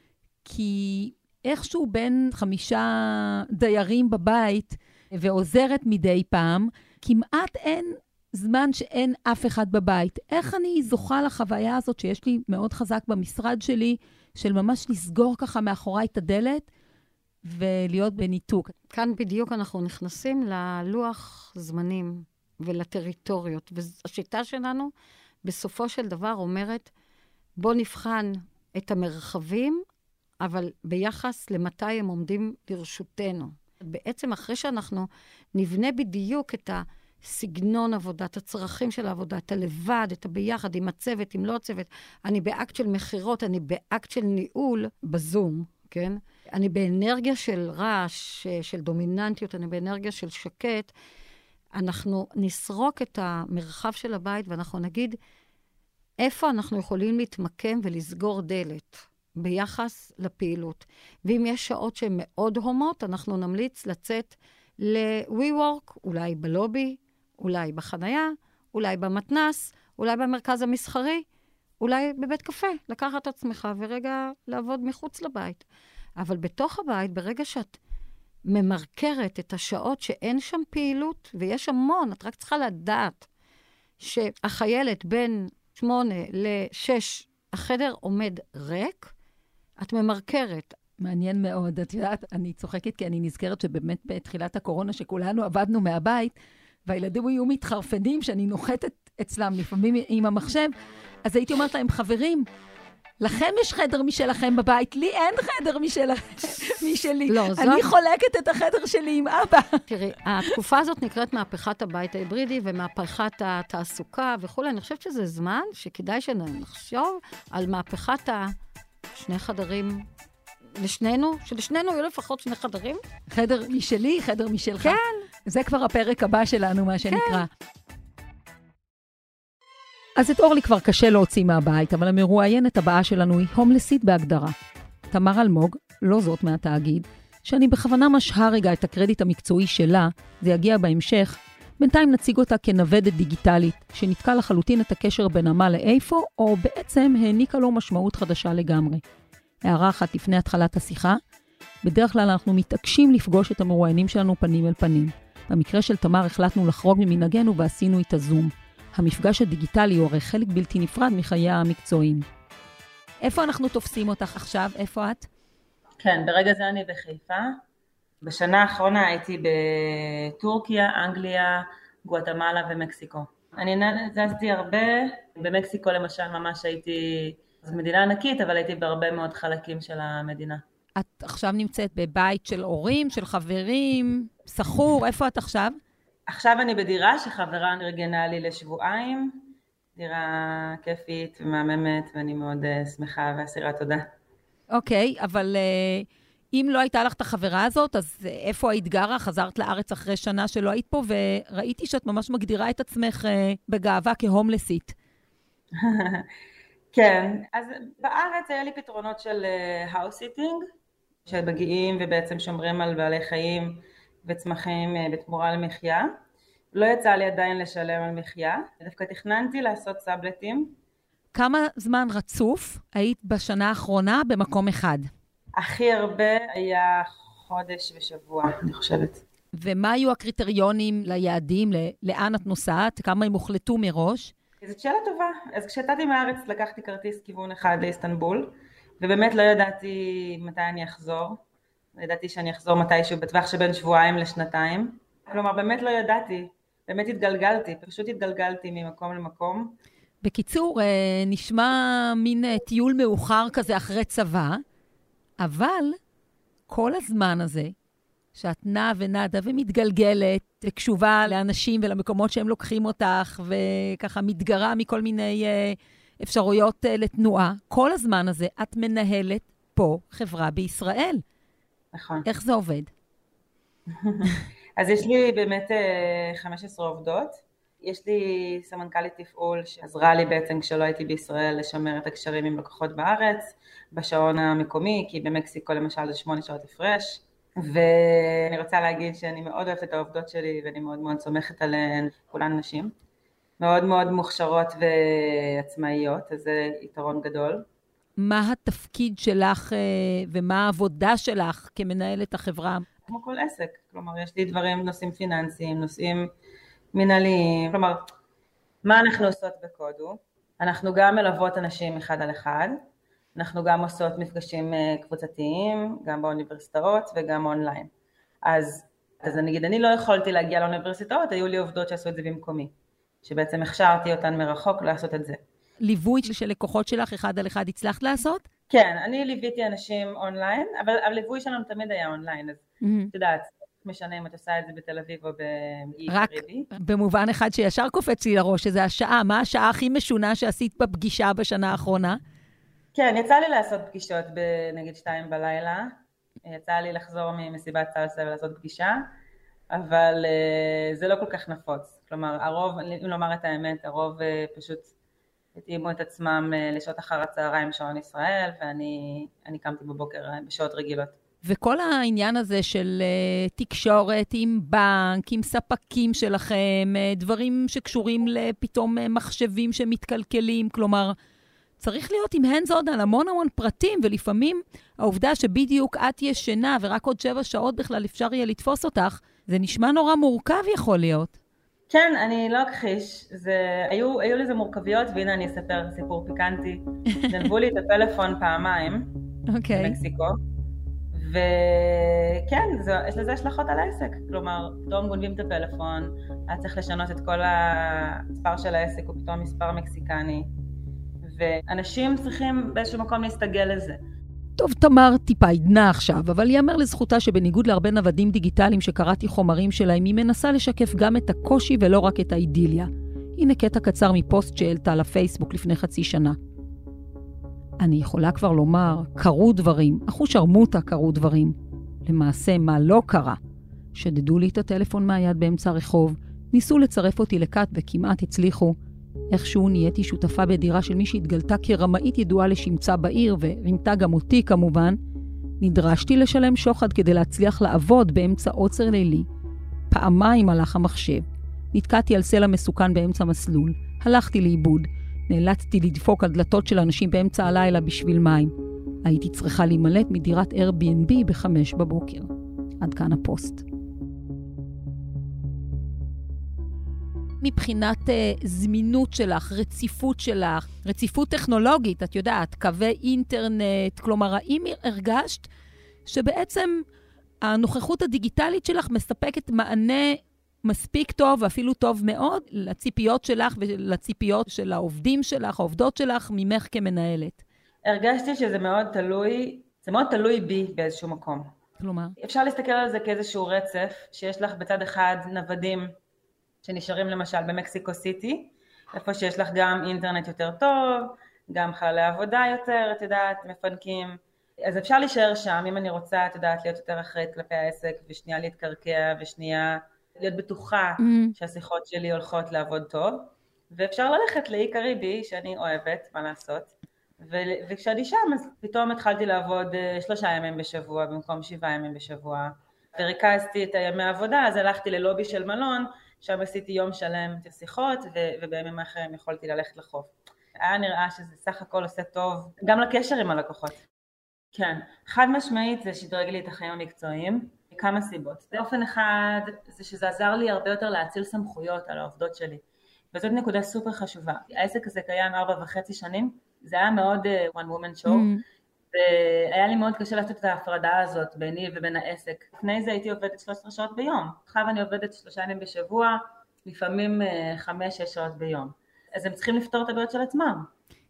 Speaker 1: כי איכשהו בין 5 דיירים בבית ועוזרת מדי פעם, כמעט אין זמן שאין אף אחד בבית. איך אני זוכה לחוויה הזאת שיש לי מאוד חזק במשרד שלי, של ממש לסגור ככה מאחוריי את הדלת ולהיות בניתוק?
Speaker 3: כאן בדיוק אנחנו נכנסים ללוח זמנים ולטריטוריות. והשיטה שלנו בסופו של דבר אומרת, בוא נבחן את המרחבים, אבל ביחס למתי הם עומדים לרשותנו. בעצם אחרי שאנחנו נבנה בדיוק את הסגנון עבודה, את הצרכים של העבודה, את הלבד, את הביחד, עם הצוות, עם לא הצוות, אני באקט של מחירות, אני באקט של ניהול בזום, כן? אני באנרגיה של רעש, של דומיננטיות, אני באנרגיה של שקט. אנחנו נסרוק את המרחב של הבית ואנחנו נגיד איפה אנחנו יכולים להתמקם ולסגור דלת ביחס לפעילות. ואם יש שעות שהן מאוד הומות, אנחנו נמליץ לצאת ל-WeWork, אולי בלובי, אולי בחנייה, אולי במתנס, אולי במרכז המסחרי, אולי בבית קפה, לקחת את עצמך ורגע לעבוד מחוץ לבית. אבל בתוך הבית, ברגע שאת ממרקרת את השעות שאין שם פעילות, ויש המון, את רק צריכה לדעת שהחיילת בין 8 ל-6, החדר עומד ריק, את ממרקרת.
Speaker 1: מעניין מאוד. את יודעת, אני צוחקת כי אני נזכרת שבאמת בתחילת הקורונה שכולנו עבדנו מהבית, והילדים היו מתחרפנים שאני נוחתת אצלם לפעמים עם המחשב, אז הייתי אומרת להם, חברים, לכם יש חדר משלכם בבית, לי אין חדר משלי.
Speaker 3: לא,
Speaker 1: אני חולקת את החדר שלי עם אבא.
Speaker 3: תראי, התקופה הזאת נקראת מהפכת הבית ההיברידי ומהפכת התעסוקה וכו'. אני חושבת שזה זמן שכדאי שנחשוב על מהפכת שני חדרים לשנינו, שלשנינו יהיו לפחות שני חדרים.
Speaker 1: חדר משלי, חדר משלך.
Speaker 3: כן.
Speaker 1: זה כבר הפרק הבא שלנו, מה שנקרא. אז את אורלי כבר קשה להוציא מהבית, אבל המרואיינת הבאה שלנו היא הומלסית בהגדרה. תמר אלמוג, לא זאת מהתאגיד, שאני בכוונה משהה רגע את הקרדיט המקצועי שלה, זה יגיע בהמשך, בינתיים נציג אותה כנוודת דיגיטלית, שניתקה לחלוטין את הקשר בין עמה לאיפה, או בעצם העניקה לו משמעות חדשה לגמרי. הערה אחת לפני התחלת השיחה, בדרך כלל אנחנו מתעקשים לפגוש את המרואיינים שלנו פנים אל פנים. במקרה של תמר החלטנו לחרוג ממנהגנו ועשינו איתה זום. המפגש הדיגיטלי הוא הרי חלק בלתי נפרד מחיי המקצועיים. איפה אנחנו תופסים אותך עכשיו? איפה את?
Speaker 4: כן, ברגע זה אני בחיפה. בשנה האחרונה הייתי בטורקיה, אנגליה, גואטמלה ומקסיקו. אני זזתי הרבה. במקסיקו למשל ממש הייתי, זו מדינה ענקית, אבל הייתי בהרבה מאוד חלקים של המדינה.
Speaker 1: את עכשיו נמצאת בבית של הורים, של חברים, סחור, איפה את עכשיו?
Speaker 4: עכשיו אני בדירה שחברה ארגנה לי לשבועיים, דירה כיפית ומהממת, ואני מאוד שמחה ואסירת תודה.
Speaker 1: אוקיי, אבל אם לא הייתה לך את החברה הזאת, אז איפה היית גרה? חזרת לארץ אחרי שנה שלא היית פה, וראיתי שאת ממש מגדירה את עצמך בגאווה כהומלסית.
Speaker 4: כן, אז בארץ היה לי פתרונות של האוס-סיטינג, שמגיעים ובעצם שומרים על בעלי חיים וצמחים בתמורה למחיה. לא יצא לי עדיין לשלם על מחיה, דווקא תכננתי לעשות סאבלטים.
Speaker 1: כמה זמן רצוף היית בשנה האחרונה במקום אחד?
Speaker 4: הכי הרבה היה חודש ושבוע, אני חושבת.
Speaker 1: ומה היו הקריטריונים ליעדים, לאן את נוסעת, כמה הם הוחלטו מראש?
Speaker 4: זאת שאלה טובה. אז כשתתי מארץ לקחתי כרטיס כיוון אחד לאיסטנבול, ובאמת לא ידעתי מתי אני אחזור. ידעתי שאני אחזור מתישהו בטווח שבין שבועיים לשנתיים. כלומר, באמת לא ידעתי. באמת התגלגלתי, פשוט התגלגלתי ממקום למקום.
Speaker 1: בקיצור, נשמע מין טיול מאוחר כזה אחרי צבא, אבל כל הזמן הזה, שאת נעה ונדה ומתגלגלת, וקשובה לאנשים ולמקומות שהם לוקחים אותך, וככה מתגרה מכל מיני אפשרויות לתנועה, כל הזמן הזה את מנהלת פה חברה בישראל.
Speaker 4: נכון.
Speaker 1: איך זה עובד?
Speaker 4: אז יש לי באמת 15 עובדות. יש לי סמנכ"לית תפעול שעזרה לי בעצם כשלא הייתי בישראל לשמר את הקשרים עם לקוחות בארץ, בשעון המקומי, כי במקסיקו למשל זה 8 שעות הפרש. ואני רוצה להגיד שאני מאוד אוהבת את העובדות שלי ואני מאוד מאוד סומכת עליהן, כולן נשים. מאוד מאוד מוכשרות ועצמאיות, אז זה יתרון גדול.
Speaker 1: מה התפקיד שלך ומה העבודה שלך כמנהלת החברה?
Speaker 4: כמו כל עסק, כלומר יש לי דברים, נושאים פיננסיים, נושאים מנהליים, כלומר מה אנחנו עושות בקודו? אנחנו גם מלוות אנשים אחד על אחד, אנחנו גם עושות מפגשים קבוצתיים, גם באוניברסיטאות וגם אונליין. אז אני לא יכולתי להגיע לאוניברסיטאות, היו לי עובדות שעשו את זה במקומי, שבעצם הכשרתי אותן מרחוק לעשות את זה.
Speaker 1: ליווי של לקוחות שלך אחד על אחד הצלחת לעשות?
Speaker 4: כן, אני ליוויתי אנשים אונליין, אבל הליווי שלנו תמיד היה אונליין, אז את יודעת, משנה אם את עושה את זה בתל אביב או באי קריבי.
Speaker 1: רק במובן אחד שישר קופץ לי לראש, שזה השעה, מה השעה הכי משונה שעשית בפגישה בשנה האחרונה?
Speaker 4: כן, יצא לי לעשות פגישות בנגיד 2 בלילה, יצא לי לחזור ממסיבת סלסה ולעשות פגישה, אבל זה לא כל כך נפוץ. כלומר, הרוב, אם לומר את האמת, הרוב פשוט התאימו את עצמם לשעות אחר הצהריים שעון ישראל, ואני קמתי בבוקר בשעות רגילות.
Speaker 1: וכל העניין הזה של תקשורת עם בנק, עם ספקים שלכם, דברים שקשורים לפתאום מחשבים שמתקלקלים, כלומר, צריך להיות עם hands on על המון פרטים, ולפעמים העובדה שבדיוק את ישנה ורק עוד 7 שעות בכלל אפשר יהיה לתפוס אותך, זה נשמע נורא מורכב יכול להיות.
Speaker 4: כן, אני לא אכחיש, היו לזה מורכביות, והנה אני אספר סיפור פיקנטי. גנבו לי את הפלאפון פעמיים במקסיקו, וכן, יש לזה השלכות על העסק, כלומר, פתאום גונבים את הפלאפון, היה צריך לשנות את כל המספר של העסק, הוא פתאום מספר מקסיקני, ואנשים צריכים באיזשהו מקום להסתגל לזה.
Speaker 1: טוב, תמר טיפה עדנה עכשיו, אבל יאמר לזכותה שבניגוד להרבה נוודים דיגיטליים שקראתי חומרים שלהם, היא מנסה לשקף גם את הקושי ולא רק את האידיליה. הנה קטע קצר מפוסט שהעלתה לפייסבוק לפני חצי שנה. אני יכולה כבר לומר, קרו דברים, אחוש שרמוטה קרו דברים. למעשה, מה לא קרה? שדדו לי את הטלפון מהיד באמצע הרחוב, ניסו לצרף אותי לקט וכמעט הצליחו. איכשהו נהייתי שותפה בדירה של מי שהתגלתה כרמאית ידועה לשמצה בעיר, ורימתה גם אותי כמובן. נדרשתי לשלם שוחד כדי להצליח לעבוד באמצע עוצר לילי. פעמיים הלך המחשב. נתקעתי על סלע מסוכן באמצע מסלול. הלכתי לאיבוד. נאלצתי לדפוק על דלתות של אנשים באמצע הלילה בשביל מים. הייתי צריכה להימלט מדירת Airbnb ב-5 בבוקר. עד כאן הפוסט. מבחינת זמינות שלך, רציפות שלך, רציפות טכנולוגית, את יודעת, קווי אינטרנט, כלומר, האם הרגשת שבעצם הנוכחות הדיגיטלית שלך מספקת מענה מספיק טוב ואפילו טוב מאוד לציפיות שלך ולציפיות של העובדים שלך, העובדות שלך, ממך כמנהלת?
Speaker 4: הרגשתי שזה מאוד תלוי, זה מאוד תלוי בי באיזשהו מקום.
Speaker 1: כלומר?
Speaker 4: אפשר להסתכל על זה כאיזשהו רצף, שיש לך בצד אחד נוודים שנשארים למשל במקסיקו סיטי, איפה שיש לך גם אינטרנט יותר טוב, גם חללי עבודה יותר, את יודעת, מפנקים. אז אפשר להישאר שם, אם אני רוצה, את יודעת, להיות יותר אחראית כלפי העסק, ושנייה להתקרקע, ושנייה להיות בטוחה שהשיחות שלי הולכות לעבוד טוב, ואפשר ללכת לאי קריבי, שאני אוהבת, מה לעשות, וכשאני שם, אז פתאום התחלתי לעבוד 3 ימים בשבוע, במקום 7 ימים בשבוע, וריכזתי את הימי העבודה, אז הלכתי ללובי של מלון, שם עשיתי יום שלם את השיחות, ובימים האחרים יכולתי ללכת לחוף. היה נראה שזה סך הכל עושה טוב, גם לקשר עם הלקוחות. כן, חד משמעית זה שדרג לי את החיים המקצועיים, כמה סיבות. באופן אחד, זה שזה עזר לי הרבה יותר להציל סמכויות על העובדות שלי. וזאת נקודה סופר חשובה. העסק הזה קיים 4.5 שנים, זה היה מאוד one woman show, והיה לי מאוד קשה לעשות את ההפרדה הזאת ביני ובין העסק. לפני זה הייתי עובדת 13 שעות ביום, עכשיו אני עובדת 3 ימים בשבוע, לפעמים 5-6 שעות ביום. אז הם צריכים לפתור את הבעיות של עצמם.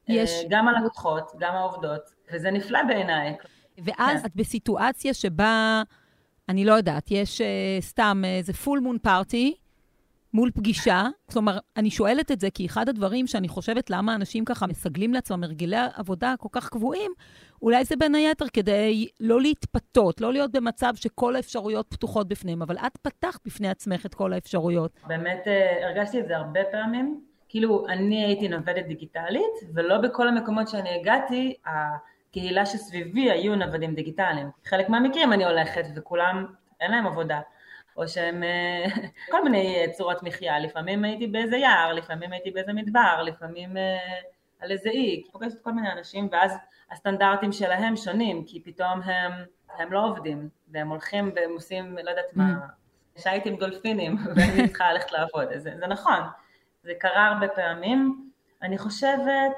Speaker 4: גם הלקוחות, גם העובדות, וזה נפלא בעיניי.
Speaker 1: ואז את בסיטואציה שבה, אני לא יודעת, יש סתם איזה full moon party, מול פגישה, כלומר, אני שואלת את זה כי אחד הדברים שאני חושבת למה אנשים ככה מסגלים לעצמם הרגלי עבודה כל כך קבועים, אולי זה בין היתר כדי לא להתפתות, לא להיות במצב שכל האפשרויות פתוחות בפניהם, אבל את פתחת בפני עצמך את כל האפשרויות.
Speaker 4: באמת הרגשתי את זה הרבה פעמים, כאילו אני הייתי נוודת דיגיטלית, ולא בכל המקומות שאני הגעתי, הקהילה שסביבי היו נוודים דיגיטליים. חלק מהמקרים אני הולכת וכולם אין להם עבודה. או שהם כל מיני צורות מחיה, לפעמים הייתי באיזה יער, לפעמים הייתי באיזה מדבר, לפעמים על איזה אי, פוגשת כל מיני אנשים, ואז הסטנדרטים שלהם שונים, כי פתאום הם לא עובדים, והם הולכים והם עושים, לא יודעת מה, שהייתי עם דולפינים, ואני צריכה ללכת לעבוד, זה נכון, זה קרה הרבה פעמים, אני חושבת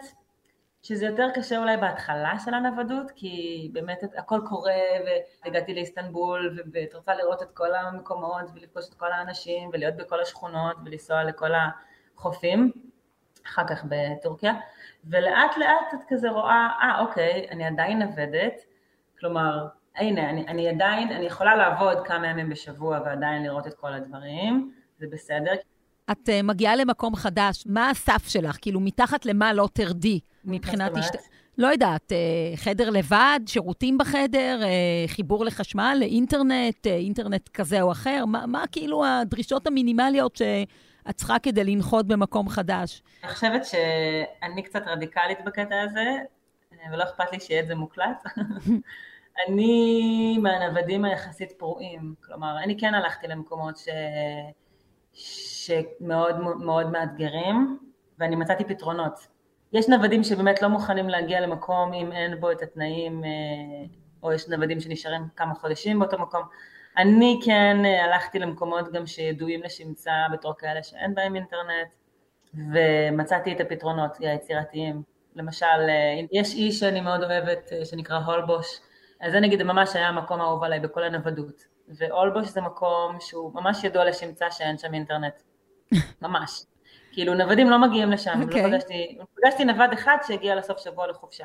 Speaker 4: שזה יותר קשה אולי בהתחלה של הנוודות, כי באמת הכל קורה, והגעתי לאיסטנבול, ואת רוצה לראות את כל המקומות, ולפגוש את כל האנשים, ולהיות בכל השכונות, ולנסוע לכל החופים, אחר כך בטורקיה, ולאט לאט את כזה רואה, אוקיי, אני עדיין נוודת, כלומר, הנה, אני יכולה לעבוד כמה ימים בשבוע, ועדיין לראות את כל הדברים, זה בסדר.
Speaker 1: את מגיעה למקום חדש, מה הסף שלך? כאילו, מתחת למה לא תרדי? מבחינת לא יודעת, חדר לבד, שירותים בחדר, חיבור לחשמל, לאינטרנט, אינטרנט כזה או אחר, מה כאילו הדרישות המינימליות שאת צריכה כדי לנחות במקום חדש?
Speaker 4: אני חושבת שאני קצת רדיקלית בקטע הזה, ולא אכפת לי שיהיה את זה מוקלט. אני מהנוודים היחסית פרועים, כלומר, אני כן הלכתי למקומות שמאוד מאוד מאתגרים, ואני מצאתי פתרונות. יש נוודים שבאמת לא מוכנים להגיע למקום אם אין בו את התנאים, או יש נוודים שנשארים כמה חודשים באותו מקום. אני כן הלכתי למקומות גם שידועים לשמצה בתור כאלה שאין בהם אינטרנט, ומצאתי את הפתרונות היצירתיים. למשל, יש איש שאני מאוד אוהבת שנקרא הולבוש, אז זה נגיד ממש היה המקום האהוב עליי בכל הנוודות. ואולבוש זה מקום שהוא ממש ידוע לשמצה שאין שם אינטרנט. ממש. כאילו נוודים לא מגיעים לשם. פגשתי נווד אחד שהגיע לסוף שבוע לחופשה.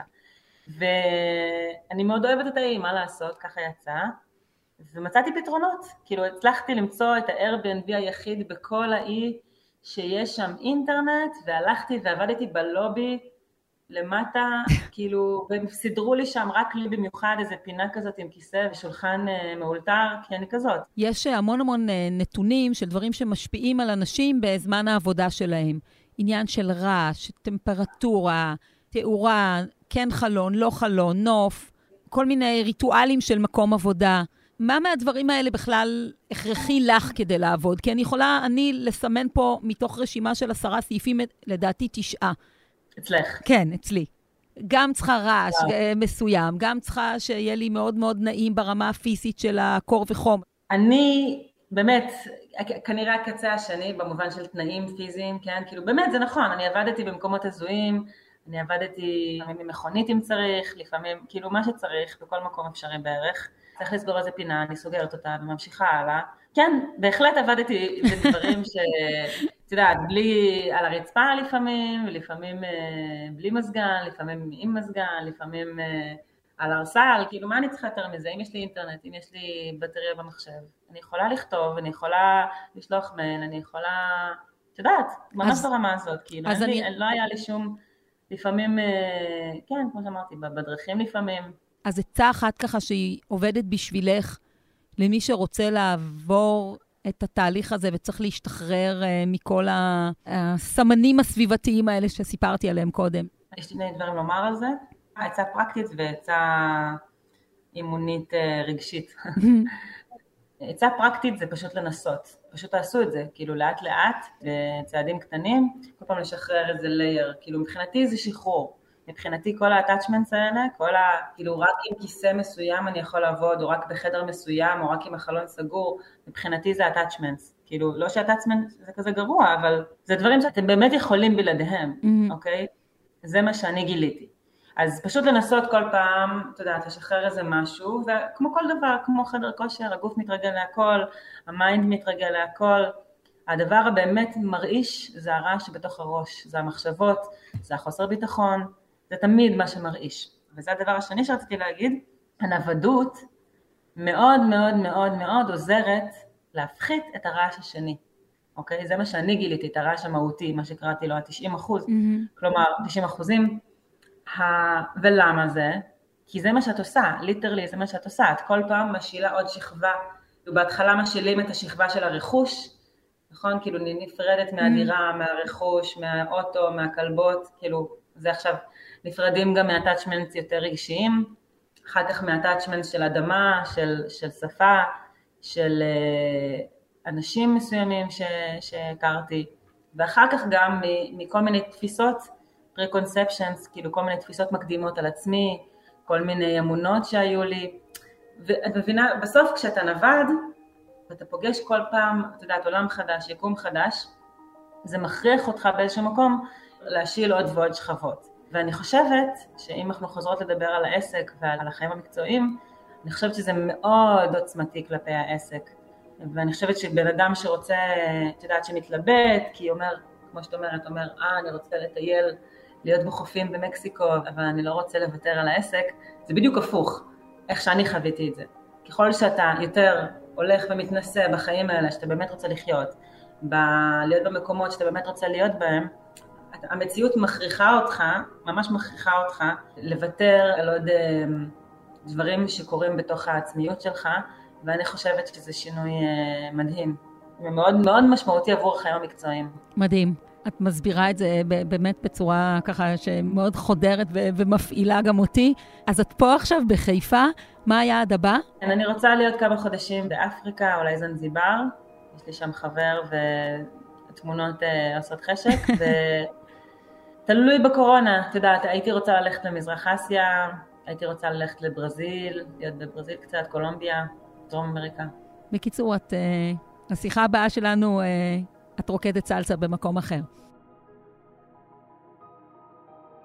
Speaker 4: ואני מאוד אוהבת את האי, מה לעשות, ככה יצא. ומצאתי פתרונות. כאילו הצלחתי למצוא את ה-Airbnb היחיד בכל האי שיש שם אינטרנט, והלכתי ועבדתי בלובי למטה, כאילו, וסידרו לי שם רק לי במיוחד איזה פינה כזאת עם כיסא ושולחן מאולתר, כי אני כזאת.
Speaker 1: יש המון המון נתונים של דברים שמשפיעים על אנשים בזמן העבודה שלהם. עניין של רעש, טמפרטורה, תאורה, כן חלון, לא חלון, נוף, כל מיני ריטואלים של מקום עבודה. מה מהדברים האלה בכלל הכרחי לך כדי לעבוד? כי אני יכולה, לסמן פה מתוך רשימה של 10 סעיפים, לדעתי 9.
Speaker 4: אצלך.
Speaker 1: כן, אצלי. גם צריכה רעש מסוים, גם צריכה שיהיה לי מאוד מאוד נעים ברמה הפיזית של הקור וחום.
Speaker 4: אני באמת, כנראה הקצה השני במובן של תנאים פיזיים, כן? כאילו באמת זה נכון, אני עבדתי במקומות הזויים, אני עבדתי לפעמים ממכונית אם צריך, לפעמים כאילו מה שצריך, בכל מקום אפשרי בערך. צריך לסגור איזה פינה, אני סוגרת אותה וממשיכה הלאה. כן, בהחלט עבדתי בדברים אתה יודעת, בלי על הרצפה לפעמים, ולפעמים בלי מזגן, לפעמים עם מזגן, לפעמים על הרסל, כאילו מה אני צריכה יותר מזה? אם יש לי אינטרנט, אם יש לי בטריה במחשב, אני יכולה לכתוב, אני יכולה לשלוח מייל, אני יכולה, את יודעת, ממש ברמה הזאת, כאילו, לא היה לי שום, לפעמים, כן, כמו שאמרתי, בדרכים לפעמים.
Speaker 1: אז עצה אחת ככה שהיא עובדת בשבילך, למי שרוצה לעבור את התהליך הזה וצריך להשתחרר מכל הסמנים הסביבתיים האלה שסיפרתי עליהם קודם.
Speaker 4: יש לי דברים לומר על זה. עצה פרקטית ועצה אימונית רגשית. עצה פרקטית זה פשוט לנסות. פשוט תעשו את זה, כאילו לאט לאט, בצעדים קטנים, כל פעם לשחרר איזה לייר. כאילו מבחינתי זה שחרור. מבחינתי כל ה-attachments האלה, כאילו רק עם כיסא מסוים אני יכול לעבוד, או רק בחדר מסוים, או רק עם החלון סגור, מבחינתי זה attachments. כאילו, לא ש-attachments זה כזה גרוע, אבל זה דברים שאתם באמת יכולים בלעדיהם, אוקיי? זה מה שאני גיליתי. אז פשוט לנסות כל פעם, אתה יודע, לשחרר איזה משהו, וכמו כל דבר, כמו חדר כושר, הגוף מתרגל להכל, המיינד מתרגל להכל, הדבר הבאמת מרעיש זה הרעש בתוך הראש, זה המחשבות, זה החוסר ביטחון, זה תמיד מה שמרעיש. וזה הדבר השני שרציתי להגיד, הנוודות מאוד מאוד מאוד מאוד עוזרת להפחית את הרעש השני. אוקיי? זה מה שאני גיליתי, את הרעש המהותי, מה שקראתי לו, 90%. כלומר, 90%. ולמה זה? כי זה מה שאת עושה, ליטרלי זה מה שאת עושה. את כל פעם משילה עוד שכבה. ובהתחלה משילים את השכבה של הרכוש, נכון? כאילו נפרדת מהדירה, מהרכוש, מהאוטו, מהכלבות, כאילו זה עכשיו נפרדים גם מהטאצ'מנטס יותר רגשיים, אחר כך מהטאצ'מנטס של אדמה, של שפה, של אנשים מסוימים שהכרתי, ואחר כך גם מכל מיני תפיסות, preconceptions, כאילו כל מיני תפיסות מקדימות על עצמי, כל מיני אמונות שהיו לי, ואת מבינה, בסוף כשאתה נווד, ואתה פוגש כל פעם, אתה יודעת, עולם חדש, יקום חדש, זה מכריח אותך באיזשהו מקום להשיל עוד ועוד שכבות. ואני חושבת שאם אנחנו חוזרות לדבר על העסק ועל החיים המקצועיים, אני חושבת שזה מאוד עוצמתי כלפי העסק. ואני חושבת שבן אדם שרוצה, את יודעת, שמתלבט, כי אומר, כמו שאת אומרת, אומר, אני רוצה לטייל, להיות בחופים במקסיקו, אבל אני לא רוצה לוותר על העסק, זה בדיוק הפוך, איך שאני חוויתי את זה. ככל שאתה יותר הולך ומתנסה בחיים האלה, שאתה באמת רוצה לחיות, להיות במקומות שאתה באמת רוצה להיות בהם, המציאות מכריחה אותך, ממש מכריחה אותך, לוותר על עוד דברים שקורים בתוך העצמיות שלך, ואני חושבת שזה שינוי מדהים, ומאוד מאוד משמעותי עבור החיים המקצועיים.
Speaker 1: מדהים. את מסבירה את זה באמת בצורה ככה שמאוד חודרת ומפעילה גם אותי. אז את פה עכשיו בחיפה, מה היעד הבא?
Speaker 4: אני רוצה להיות כמה חודשים באפריקה, אולי זנזיבר. יש לי שם חבר ותמונות עושות חשק, ותלוי בקורונה. את יודעת, הייתי רוצה ללכת למזרח אסיה, הייתי רוצה ללכת לברזיל, להיות בברזיל קצת, קולומביה, דרום אמריקה.
Speaker 1: בקיצור, השיחה הבאה שלנו, את רוקדת סלסה במקום אחר.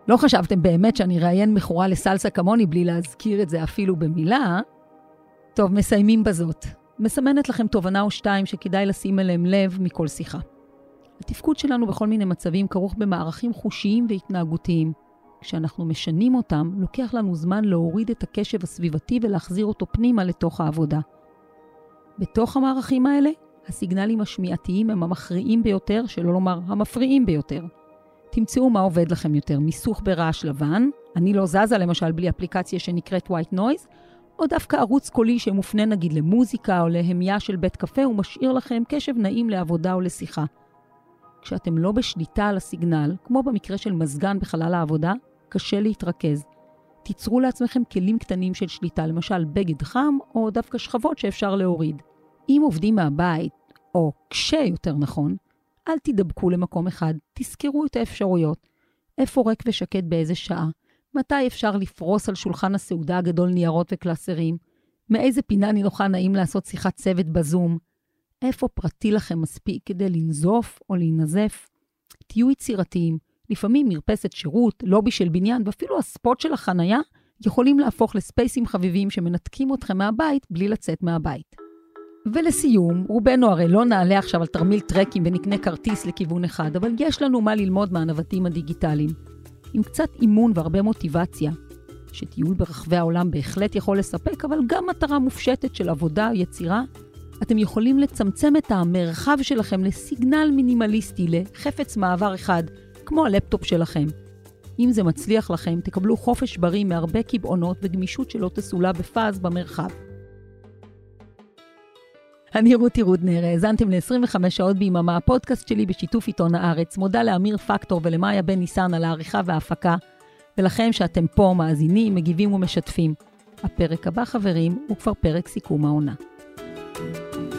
Speaker 1: לא חשבתם באמת שאני ראיין מכורה לסלסה כמוני בלי להזכיר את זה אפילו במילה. טוב, מסיימים בזאת. מסמנת לכם תובנה או שתיים שכדאי לשים אליהם לב מכל שיחה. התפקוד שלנו בכל מיני מצבים כרוך במערכים חושיים והתנהגותיים. כשאנחנו משנים אותם, לוקח לנו זמן להוריד את הקשב הסביבתי ולהחזיר אותו פנימה לתוך העבודה. בתוך המערכים האלה, הסיגנלים השמיעתיים הם המכריעים ביותר, שלא לומר המפריעים ביותר. תמצאו מה עובד לכם יותר, מיסוך ברעש לבן, אני לא זזה למשל בלי אפליקציה שנקראת White Noise, או דווקא ערוץ קולי שמופנה נגיד למוזיקה או להמיה של בית קפה, ומשאיר לכם קשב נעים לעבודה או לשיחה. כשאתם לא בשליטה על הסיגנל, כמו במקרה של מזגן בחלל העבודה, קשה להתרכז. תיצרו לעצמכם כלים קטנים של שליטה, למשל בגד חם או דווקא שכבות שאפשר להוריד. אם עובדים מהבית, או כשיותר נכון, אל תדבקו למקום אחד, תזכרו את האפשרויות. איפה ריק ושקט באיזה שעה? מתי אפשר לפרוס על שולחן הסעודה הגדול ניירות וקלסרים? מאיזה פינה נינוחה נעים לעשות שיחת צוות בזום? איפה פרטי לכם מספיק כדי לנזוף או להינזף? תהיו יצירתיים. לפעמים מרפסת שירות, לובי של בניין ואפילו הספוט של החנייה יכולים להפוך לספייסים חביבים שמנתקים אתכם מהבית בלי לצאת מהבית. ולסיום, רובנו הרי לא נעלה עכשיו על תרמיל טרקים ונקנה כרטיס לכיוון אחד, אבל יש לנו מה ללמוד מהנווטים הדיגיטליים. עם קצת אימון והרבה מוטיבציה, שטיול ברחבי העולם בהחלט יכול לספק, אבל גם מטרה מופשטת של עבודה או יצירה, אתם יכולים לצמצם את המרחב שלכם לסיגנל מינימליסטי, לחפץ מעבר אחד, כמו הלפטופ שלכם. אם זה מצליח לכם, תקבלו חופש בריא מהרבה קבעונות וגמישות שלא תסולה בפאז במרחב. אני רותי רודנר, האזנתם ל-25 שעות ביממה, הפודקאסט שלי בשיתוף עיתון הארץ. מודה לאמיר פקטור ולמאיה בן ניסן על העריכה וההפקה, ולכם שאתם פה מאזינים, מגיבים ומשתפים. הפרק הבא, חברים, הוא כבר פרק סיכום העונה.